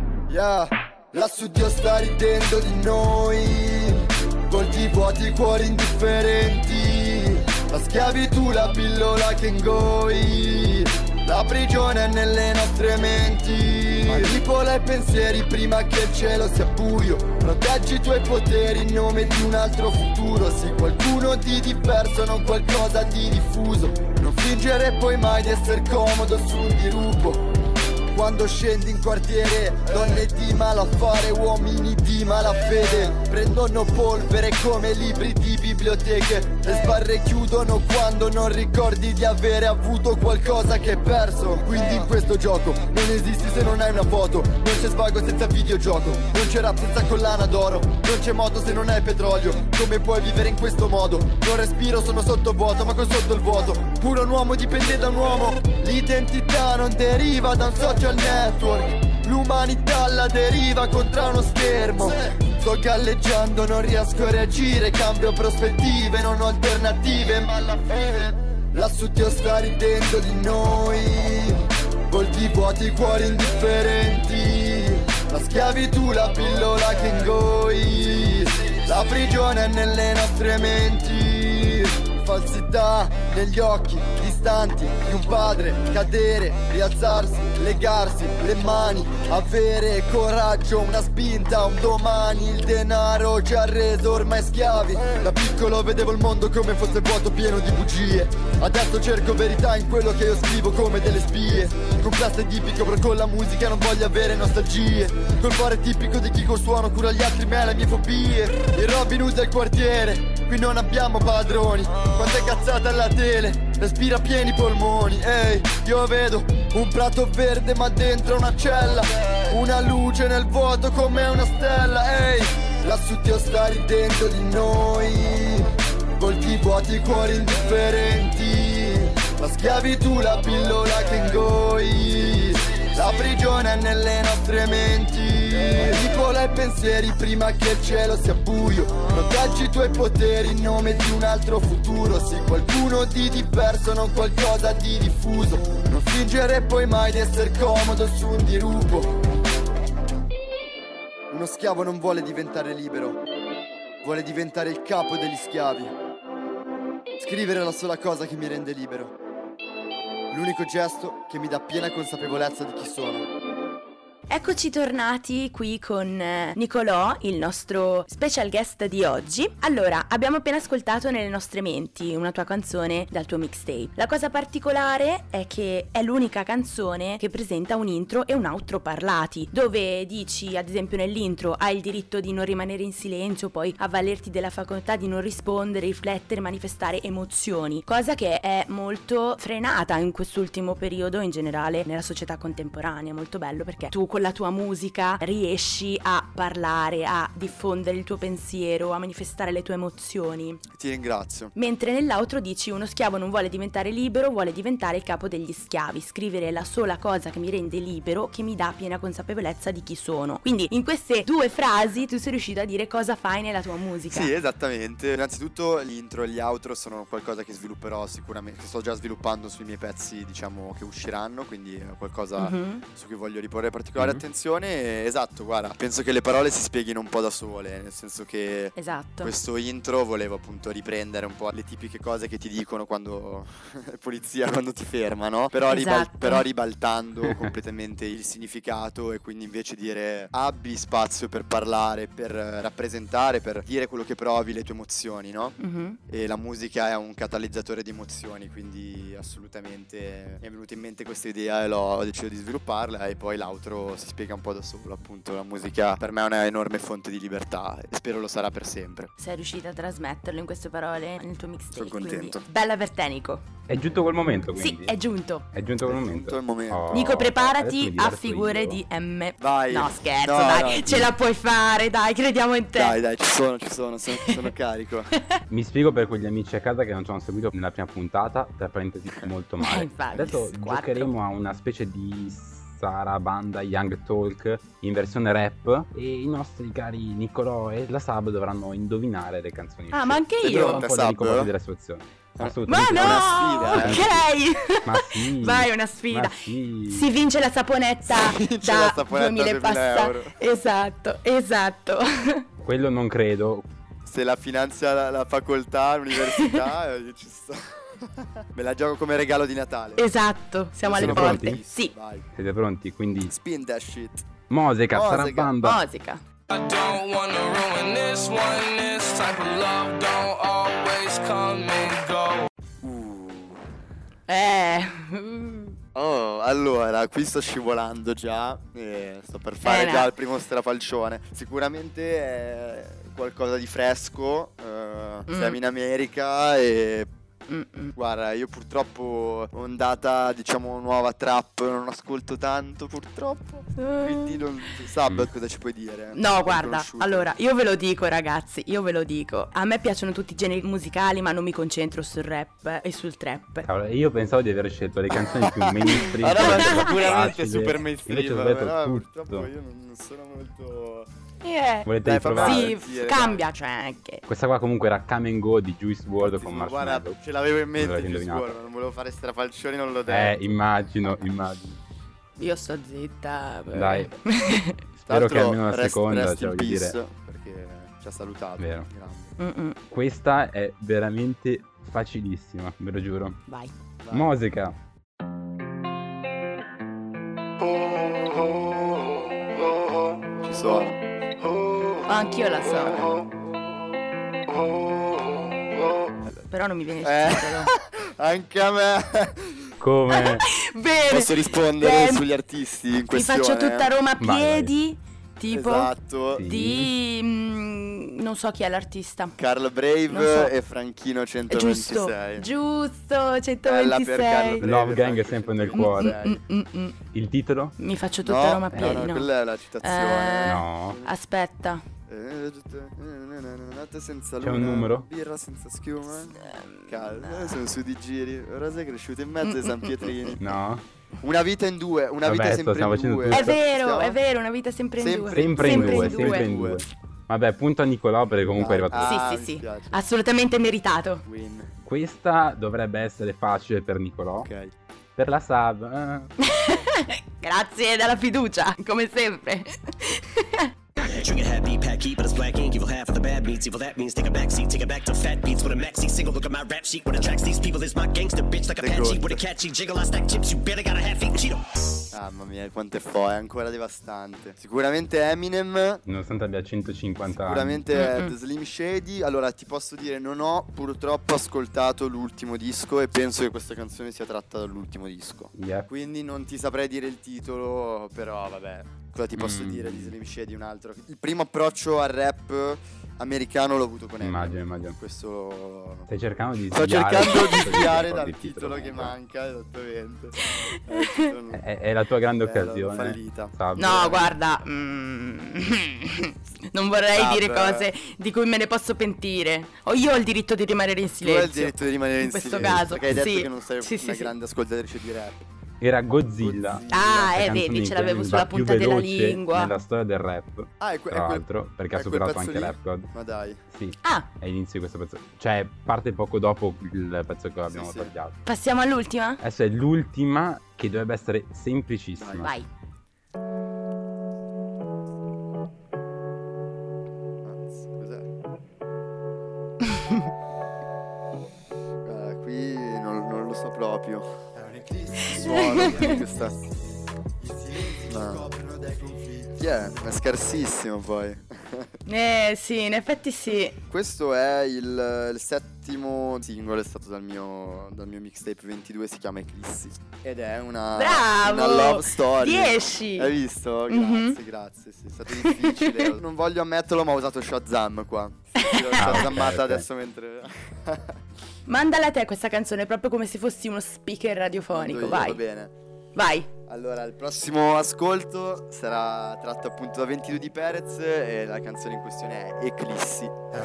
Lassù Dio sta ridendo di noi, volti vuoti, cuori indifferenti. La schiavitù, la pillola che ingoi, la prigione è nelle nostre menti. Manipola i pensieri prima che il cielo sia buio. Proteggi i tuoi poteri in nome di un altro futuro. Sii qualcuno di diverso, non qualcosa di diffuso. Non fingere poi mai di essere comodo su un dirupo. Quando scendi in quartiere, donne di malaffare, uomini di malafede prendono polvere come libri di biblioteche. Le sbarre chiudono quando non ricordi di avere avuto qualcosa che hai perso. Quindi in questo gioco non esisti se non hai una foto. Non c'è svago senza videogioco, non c'è rap senza collana d'oro. Non c'è moto se non hai petrolio. Come puoi vivere in questo modo? Non respiro, sono sottovuoto, ma con sotto il vuoto. Pure un uomo dipende da un uomo. L'identità non deriva da un social network, l'umanità alla deriva contro uno schermo. Sto galleggiando, non riesco a reagire, cambio prospettive, non ho alternative, ma alla fine lassù Dio sta ridendo di noi, volti vuoti, cuori indifferenti. La schiavitù, la pillola che ingoi, la prigione è nelle nostre menti. Falsità negli occhi distanti di un padre, cadere, rialzarsi, legarsi le mani, avere coraggio, una spinta, un domani. Il denaro ci ha reso ormai schiavi. Da piccolo vedevo il mondo come fosse vuoto, pieno di bugie. Adesso cerco verità in quello che io scrivo come delle spie. Con classe tipico però con la musica non voglio avere nostalgie. Col cuore tipico di chi col suono cura gli altri, me e le mie fobie. Il Robin Hood del quartiere, qui non abbiamo padroni. Quante cazzate alla tele, respira pieni polmoni. Ehi, io vedo un prato verde ma dentro una cella, una luce nel vuoto come una stella. Ehi, lassù Dio sta ridendo di noi, volti vuoti, cuori indifferenti. La schiavitù, la pillola che ingoi, la prigione è nelle nostre menti. Manipola i pensieri prima che il cielo sia buio. Proteggi i tuoi poteri in nome di un altro futuro. Sii qualcuno di diverso, non qualcosa di diffuso. Non fingere poi mai di essere comodo su un dirupo. Uno schiavo non vuole diventare libero, vuole diventare il capo degli schiavi. Scrivere è la sola cosa che mi rende libero. L'unico gesto che mi dà piena consapevolezza di chi sono. Eccoci tornati qui con Nicolò, il nostro special guest di oggi. Allora, abbiamo appena ascoltato Nelle nostre menti, una tua canzone dal tuo mixtape. La cosa particolare è che è l'unica canzone che presenta un intro e un outro parlati, dove dici, ad esempio nell'intro, hai il diritto di non rimanere in silenzio, poi avvalerti della facoltà di non rispondere, riflettere, manifestare emozioni, cosa che è molto frenata in quest'ultimo periodo in generale nella società contemporanea. Molto bello, perché tu con la tua musica riesci a parlare, a diffondere il tuo pensiero, a manifestare le tue emozioni. Ti ringrazio. Mentre nell'altro dici: uno schiavo non vuole diventare libero, vuole diventare il capo degli schiavi. Scrivere è la sola cosa che mi rende libero, che mi dà piena consapevolezza di chi sono. Quindi in queste due frasi tu sei riuscito a dire cosa fai nella tua musica. Sì, esattamente. Innanzitutto l'intro e gli outro sono qualcosa che svilupperò sicuramente, che sto già sviluppando sui miei pezzi, diciamo, che usciranno, quindi è qualcosa su cui voglio riporre particolare attenzione. Esatto, guarda, penso che le parole si spieghino un po' da sole, nel senso che questo intro volevo appunto riprendere un po' le tipiche cose che ti dicono quando polizia, quando ti fermano, però, però ribaltando completamente il significato, e quindi invece dire abbi spazio per parlare, per rappresentare, per dire quello che provi, le tue emozioni, no? E la musica è un catalizzatore di emozioni, quindi assolutamente mi è venuta in mente questa idea e ho deciso di svilupparla, e poi l'outro si spiega un po' da solo. Appunto, la musica per me è un'enorme fonte di libertà e spero lo sarà per sempre. Sei riuscita a trasmetterlo in queste parole nel tuo mixtape. Sono contento. Bella per te, Nico. È giunto quel momento, quindi? Sì, è giunto. È giunto quel momento. Oh, Nico, preparati a figure di M. Vai. No, scherzo, dai, ce la puoi fare, dai, crediamo in te. Dai, ci sono carico. Mi spiego per quegli amici a casa che non ci hanno seguito nella prima puntata, tra parentesi molto male. Infatti, adesso giocheremo a una specie di sarabanda Young Talk in versione rap, e i nostri cari Nicolò e la Sab dovranno indovinare le canzoni. Ah, ma anche io. Un po' di della situazione. Ma no, una sfida, ok. Ma sì. Vai, una sfida. Sì. Si vince la saponetta da 2000 passati. Esatto. Quello non credo. Se la finanzia la facoltà, l'università, io ci sto. Me la gioco come regalo di Natale. Esatto, siamo alle porte. Pronti? Sì. Vai. Siete pronti? Quindi spin that shit. Musica, sarabanda. Musica. I don't wanna ruin this one. This type of love don't always come and go. Oh, allora, qui sto scivolando già, sto per fare già il primo strafalcione. Sicuramente è qualcosa di fresco, siamo in America e... Guarda, io purtroppo ondata, diciamo, nuova trap non ascolto tanto, purtroppo. Quindi non Sab, cosa ci puoi dire? No, guarda, allora, io ve lo dico, ragazzi, a me piacciono tutti i generi musicali, ma non mi concentro sul rap e sul trap. Allora, io pensavo di aver scelto le canzoni più mainstream. Allora, sicuramente super mainstream. Invece ho detto purtroppo io non sono molto... Volete riprovare? Sì, cambia, cioè anche. Questa qua comunque era Come and Go di Juice WRLD con Marshmello. Guarda, ce l'avevo in mente Juice WRLD, non volevo fare strafalcioni, non l'ho detto. Immagino. Io sto zitta. Dai. Spero che almeno la seconda, cioè, voglio dire, perché ci ha salutato. Vero. Questa è veramente facilissima, ve lo giuro. Vai. Musica. Ci sono. Anch'io la so. Però non mi viene il titolo. Anche a me. Come? Bene. Posso rispondere sugli artisti in questione? Ti faccio tutta Roma a piedi. Tipo esatto. Di non so chi è l'artista. Carl Brave e Franchino 126. Giusto 126. Love Gang è sempre nel cuore. Il titolo? Mi faccio tutta Roma a piedi. No, quella è la citazione. No. Aspetta. Senza c'è un numero? Birra senza schiuma. Calma, sono su di giri. Rosa è cresciuta in mezzo ai San Pietrini. No. Una vita in due, una vita sempre in due. È vero, una vita sempre in due. Sempre in due. Vabbè, punto a Nicolò perché comunque è arrivato. Sì. Assolutamente meritato. Questa dovrebbe essere facile per Nicolò. Ok. Per la Sab. Grazie della fiducia, come sempre. trigger happy, pack heat, but it's black ink. Evil half of the bad meats. Evil that means take a back seat, take it back to fat beats with a maxi single. Look at my rap sheet. What attracts these people is my gangster bitch like a Apache with a catchy jiggle. I stack chips, you better got a half eat Cheeto. Mamma mia, quanto è ancora devastante. Sicuramente Eminem, nonostante abbia 150 sicuramente anni. The Slim Shady. Allora ti posso dire, non ho purtroppo ascoltato l'ultimo disco e penso che questa canzone sia tratta dall'ultimo disco. Quindi non ti saprei dire il titolo, però vabbè, cosa ti posso dire di Slim Shady? Un altro. Il primo approccio al rap americano l'ho avuto con Eminem. Immagino. Questo Stai cercando di sto sviare, cercando di sviare dal dal titolo che manca, esattamente. È la tua grande occasione. Fallita. No, guarda, non vorrei dire cose di cui me ne posso pentire. Io ho il diritto di rimanere in silenzio. Tu hai il diritto di rimanere in silenzio. In questo caso, perché hai detto sì. che non sei una grande ascoltatrice di rap. Era Godzilla. Vedi, ce l'avevo sulla punta della lingua. Nella storia del rap. Tra l'altro, perché ha superato anche Rap God. Ma dai. Sì. È l'inizio di questo pezzo. Cioè, parte poco dopo il pezzo che abbiamo tagliato. Passiamo all'ultima? Adesso è l'ultima, che dovrebbe essere semplicissima. Vai. Guarda, qui non lo so proprio. Suono questa. Chi è? È scarsissimo poi. Sì, in effetti sì. Questo è il settimo singolo, è stato dal mio mixtape 22, si chiama Eclissi. Ed è una love story. 10. Hai visto? Grazie, sì, è stato difficile. Non voglio ammetterlo, ma ho usato Shazam qua. L'ho Shazammata adesso mentre... Mandala a te questa canzone, proprio come se fossi uno speaker radiofonico. Vai. Va bene. Vai. Allora, il prossimo ascolto sarà tratto appunto da 22 di Perez e la canzone in questione è Eclissi. È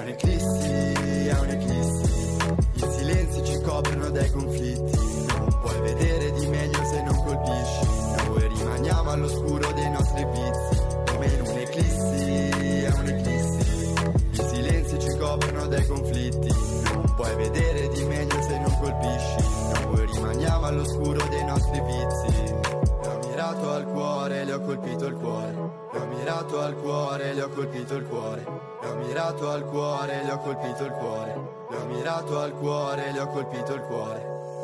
un'eclissi, i silenzi ci coprono dai conflitti, non puoi vedere di meglio se non colpisci, noi rimaniamo all'oscuro dei nostri vizi, come in un'eclissi, è un'eclissi, i silenzi ci coprono dai conflitti, non puoi vedere di meglio se non colpisci, noi rimaniamo all'oscuro dei nostri vizi. Le ho mirato al cuore, le ho colpito il cuore. Le ho mirato al cuore, le ho colpito il cuore. Le ho mirato al cuore, le ho colpito il cuore. Le ho mirato al cuore, le ho colpito il cuore.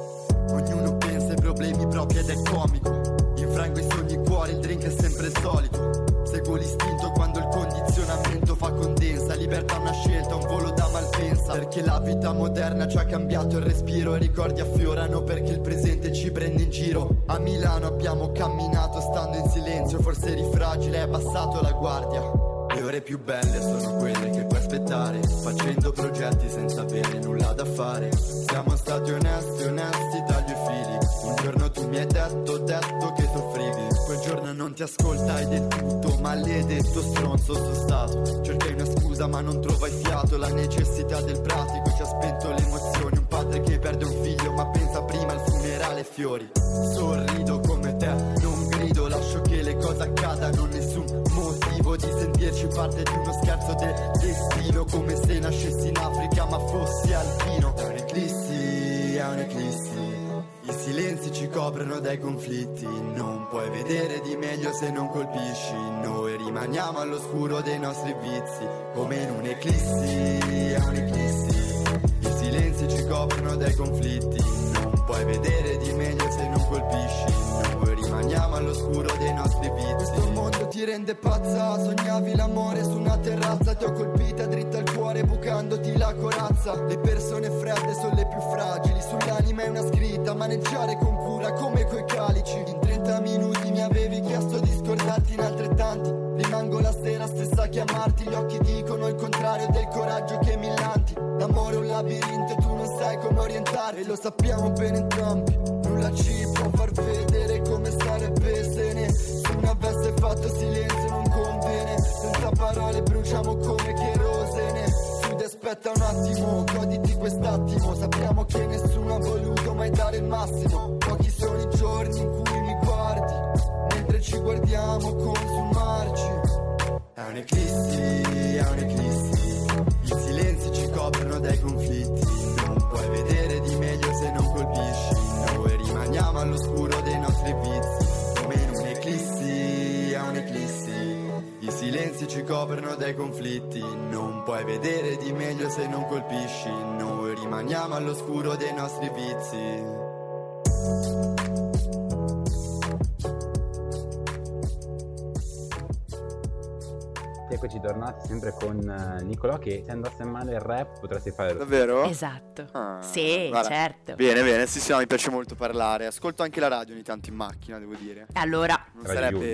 Ognuno pensa ai problemi propri ed è comico. Infrango i sogni e cuore, il drink è sempre il solito. Seguo l'istinto quando il condizionamento fa condensa. Libertà una scelta, un volo da Malpensa. Perché la vita moderna ci ha cambiato il respiro. E ricordi affiorano perché il presente ci prende in giro. A Milano abbiamo camminato stando in silenzio. Forse eri fragile, hai abbassato la guardia. Le ore più belle sono quelle che puoi aspettare, facendo progetti senza avere nulla da fare. Siamo stati onesti, taglio i fili. Un giorno tu mi hai detto che soffrivi. Quel giorno non ti ascoltai del tutto, maledetto stronzo sono stato. Cercai una scusa ma non trovai fiato. La necessità del pratico ci ha spento le emozioni. Un padre che perde un figlio ma pensa prima al funerale e fiori. Sorrido come te, non grido, lascio che le cose accadano. Nessun motivo di sentirci parte di uno scherzo del destino. Come se nascessi in Africa ma fossi alpino. È un'eclissi, è un'eclissi. I silenzi ci coprono dai conflitti. Non puoi vedere di meglio se non colpisci. Noi rimaniamo all'oscuro dei nostri vizi. Come in un'eclissi, è un'eclissi. I silenzi ci coprono dai conflitti. Non puoi vedere di meglio se non colpisci. Noi rimaniamo all'oscuro dei nostri vizi. Questo mondo ti rende pazza. Sognavi l'amore su una terrazza. Ti ho colpita dritta al cuore bucandoti la corazza. Le persone fredde sono le più fragili. Sull'anima è una scritta, maneggiare con cura come coi calici. In 30 minuti mi avevi chiesto di scordarti in altrettanti. Rimango la sera stessa a chiamarti. Gli occhi dicono il contrario del coraggio che millanti. L'amore è un labirinto e tu non sai come orientarti. E lo sappiamo bene entrambi. Nulla ci può far vedere come sarebbe se ne su una veste fatto silenzio non conviene. Senza parole bruciamo come cherosene. Sud aspetta un attimo, goditi quest'attimo. Sappiamo che nessuno ha voluto mai dare il massimo. Pochi sono i giorni in cui mi guardi mentre ci guardiamo consumarci. È un'eclissi, è un'eclissi. I silenzi ci coprono dai conflitti. Non puoi vedere di meglio se non colpisci. Noi rimaniamo all'oscuro dei nostri vizi. Come in un'eclissi, è un'eclissi. I silenzi ci coprono dai conflitti. Non puoi vedere di meglio se non colpisci. Noi rimaniamo all'oscuro dei nostri vizi. Eccoci tornati sempre con Nicolò, che se andasse male il rap potresti fare... Davvero? Esatto. Sì, guarda. Certo. Bene, sì, no, mi piace molto parlare. Ascolto anche la radio ogni tanto in macchina, devo dire. Allora, non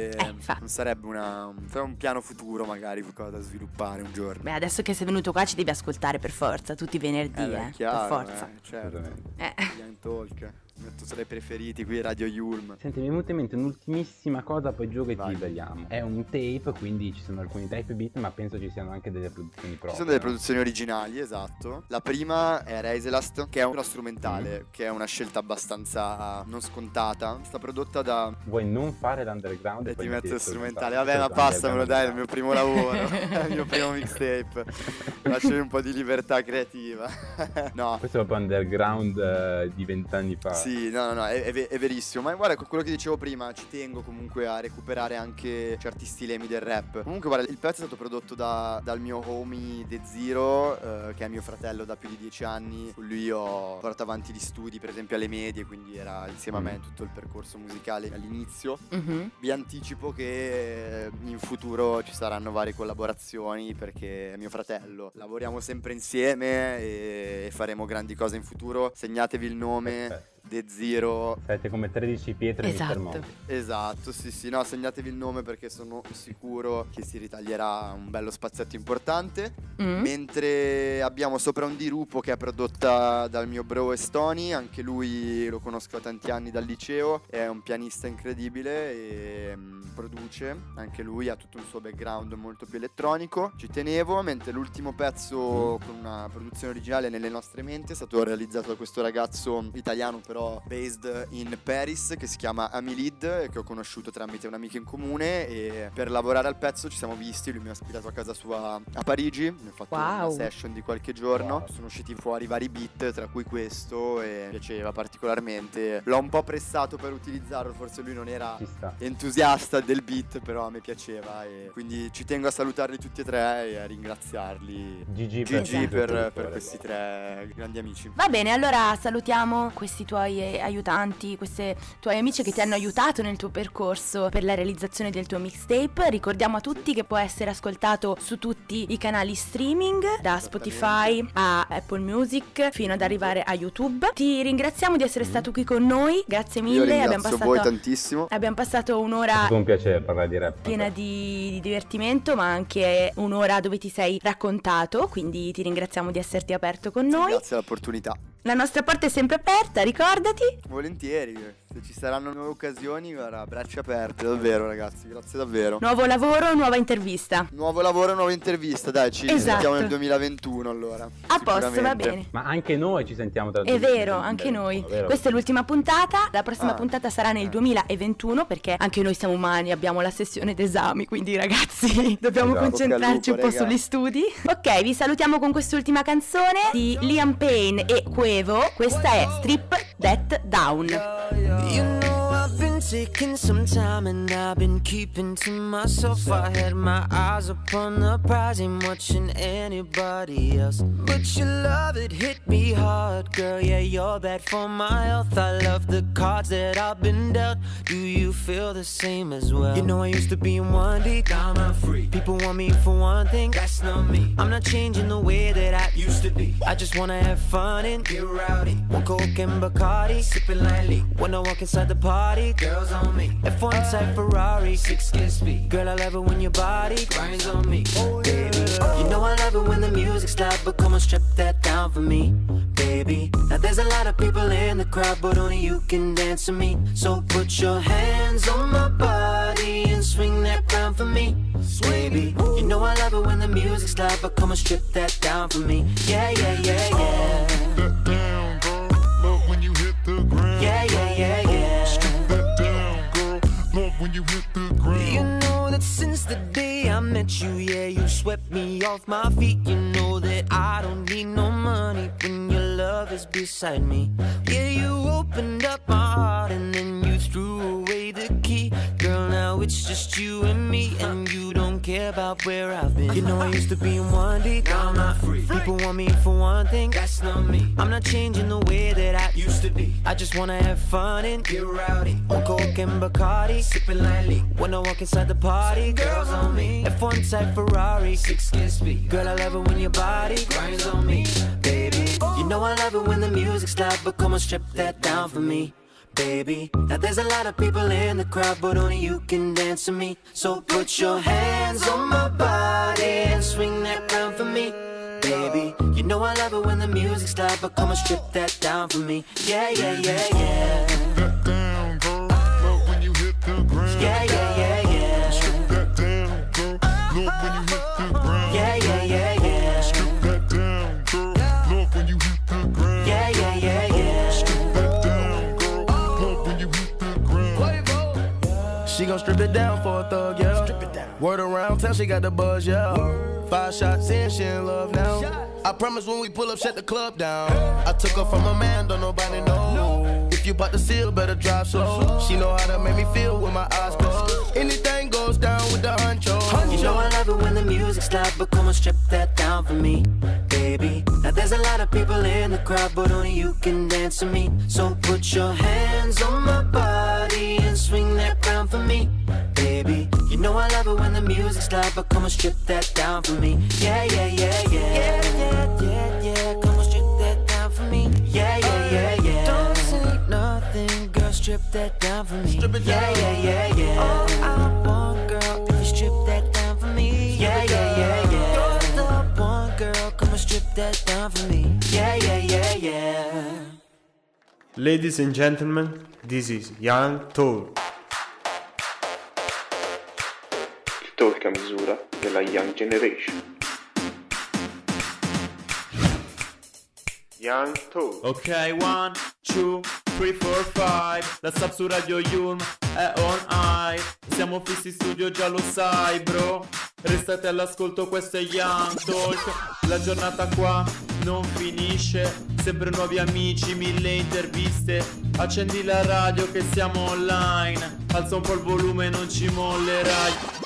sarebbe un piano futuro magari, qualcosa da sviluppare un giorno. Beh, adesso che sei venuto qua ci devi ascoltare per forza, tutti i venerdì, chiaro, per forza. Certo. Young Talk. Metto tra i preferiti qui, Radio Yulm. Senti, mi è venuta in mente un'ultimissima cosa, poi giù che ti liberiamo. È un tape, quindi ci sono alcuni type beat, ma penso ci siano anche delle produzioni proprie. Ci sono delle produzioni originali, esatto. La prima è Reiselast, che è una strumentale, che è una scelta abbastanza non scontata. Sta prodotta da... Vuoi non fare l'underground e ti metto strumentale? Vabbè, ma passamelo, dai, è il mio primo lavoro. È il mio primo mixtape. Lasciami un po' di libertà creativa. No. Questo è proprio underground di 20 anni fa. Sì, no, è verissimo. Ma guarda, quello che dicevo prima, ci tengo comunque a recuperare anche certi stilemi del rap. Comunque guarda, il pezzo è stato prodotto dal mio homie De Zero, che è mio fratello da più di 10 anni. Con lui ho portato avanti gli studi, per esempio alle medie, quindi era insieme a me tutto il percorso musicale all'inizio. Vi anticipo che in futuro ci saranno varie collaborazioni, perché è mio fratello. Lavoriamo sempre insieme e faremo grandi cose in futuro. Segnatevi il nome. De Zero. Siete come 13 pietre in Mr. Monk. Esatto, sì, no, segnatevi il nome perché sono sicuro che si ritaglierà un bello spazietto importante. Mentre abbiamo Sopra un dirupo, che è prodotta dal mio bro Estoni, anche lui lo conosco da tanti anni dal liceo, è un pianista incredibile e produce, anche lui ha tutto un suo background molto più elettronico, ci tenevo. Mentre l'ultimo pezzo con una produzione originale nelle nostre menti è stato realizzato da questo ragazzo italiano, però based in Paris, che si chiama Amilid, che ho conosciuto tramite un'amica in comune, e per lavorare al pezzo ci siamo visti. Lui mi ha ospitato a casa sua a Parigi, mi ha fatto una session di qualche giorno. Sono usciti fuori vari beat, tra cui questo, e mi piaceva particolarmente. L'ho un po' pressato per utilizzarlo, forse lui non era entusiasta del beat, però a me piaceva, e quindi ci tengo a salutarli tutti e tre e a ringraziarli. GG per questi tre grandi amici. Va bene, allora salutiamo questi tuoi aiutanti, questi tuoi amici che ti hanno aiutato nel tuo percorso per la realizzazione del tuo mixtape. Ricordiamo a tutti che può essere ascoltato su tutti i canali streaming, da Spotify a Apple Music fino ad arrivare a YouTube. Ti ringraziamo di essere stato qui con noi, grazie mille. Io ringrazio voi tantissimo. Abbiamo passato un'ora, è un piacere parlare di rap, piena di divertimento, ma anche un'ora dove ti sei raccontato, quindi ti ringraziamo di esserti aperto con noi. Grazie all'opportunità. La nostra porta è sempre aperta, ricordati. Volentieri, se ci saranno nuove occasioni, guarda, braccia aperte, davvero ragazzi, grazie davvero. Nuovo lavoro, nuova intervista. Nuovo lavoro, nuova intervista, dai, ci sentiamo nel 2021 allora. A posto, va bene. Ma anche noi ci sentiamo tra È vero, anche noi. Questa è l'ultima puntata, la prossima puntata sarà nel 2021, perché anche noi siamo umani, abbiamo la sessione d'esami, quindi ragazzi dobbiamo concentrarci un po' sugli studi. Ok, vi salutiamo con quest'ultima canzone di Liam Payne e Quavo. Questa è Strip That Down. You know I've been taking some time and I've been keeping to myself. I had my eyes upon the prize, ain't watching anybody else. But your love, it hit me hard, girl, yeah, you're bad for my health. I love the cards that I've been dealt. Do you feel the same as well? You know I used to be in one deep, now I'm free. People want me for one thing, that's not me. I'm not changing the way that I used to be. I just wanna have fun and get rowdy. One Coke and Bacardi, sipping lightly. When I walk inside the party, girls on me. F1 type Ferrari, 6 speed. Girl, I love it when your body grinds on me. Baby, you know I love it when the music's loud, but come on, strip that down for me, baby. Now there's a lot of people in the crowd, but only you can dance to me. So put your hands on my body and swing that crown for me, baby. You know I love it when the music's loud, but come on, strip that down for me. Yeah, yeah, yeah, yeah. That down, girl. Love when you hit the ground. Yeah, yeah, yeah, yeah. Strip that down, girl. Love when you hit the ground. You know that since the day I met you, yeah, you swept me off my feet. You know that I don't need no money when your love is beside me. Yeah, you opened up my heart and then you threw away the key. Girl, now it's just you and me, and you don't care about where I've used to be in one deep, now I'm not free. People want me for one thing, that's not me. I'm not changing the way that I used to be. I just wanna have fun and get rowdy. On coke and Bacardi, sipping lightly. When I walk inside the party, girls on me. F1 type Ferrari, 6 speed. Girl, I love it when your body grinds on me, baby. You know I love it when the music's loud, but come on, strip that down for me, baby. Now there's a lot of people in the crowd, but only you can dance to me. So put your hands on my body and swing that round for me, baby. You know I love it when the music's loud, but come on, strip that down for me. Yeah, yeah, yeah, yeah. That down, girl. Love when you hit the ground. Yeah, yeah, yeah, yeah. Strip that down, girl. Love when you hit the ground. Yeah, yeah, yeah, yeah. Strip that down, girl. Love when you hit the ground. Yeah, yeah, yeah, yeah. Strip that down, girl. Love when you hit the ground. She gon' strip it down for a thug, yeah. Strip it down. Word around town, she got the buzz, yeah. 5 shots in, she in love now. I promise when we pull up, shut the club down. I took her from a man, don't nobody know. If you bout to seal, better drive slow. She know how to make me feel with my eyes closed. Anything goes down with the honcho. You know I love it when the music's loud, but come on, strip that down for me, baby. Now there's a lot of people in the crowd, but only you can dance to me. So put your hands on my body and swing that round for me, baby. You know I love it when the music's loud, but come on, strip that down for me. Yeah, yeah, yeah, yeah. Yeah, yeah, yeah, yeah. Come on, strip that down for me. Yeah, yeah, yeah, yeah. Don't say nothing, girl, strip that down for me. Strip it down. Yeah, yeah, yeah, yeah. All I want, girl, if you strip that down for me. Yeah, yeah, yeah, yeah. You're the one, girl, come on, strip that down for me. Yeah, yeah, yeah, yeah. Ladies and gentlemen, this is Young Talk. Il talk a misura della Young Generation. Young Talk. Ok, 1, 2, 3, 4, 5. La sub su Radio Yulm è on high. Siamo fissi in studio, già lo sai, bro. Restate all'ascolto, questo è Young Talk. La giornata qua non finisce. Sempre nuovi amici, 1000 interviste. Accendi la radio che siamo online. Alza un po' il volume, non ci mollerai.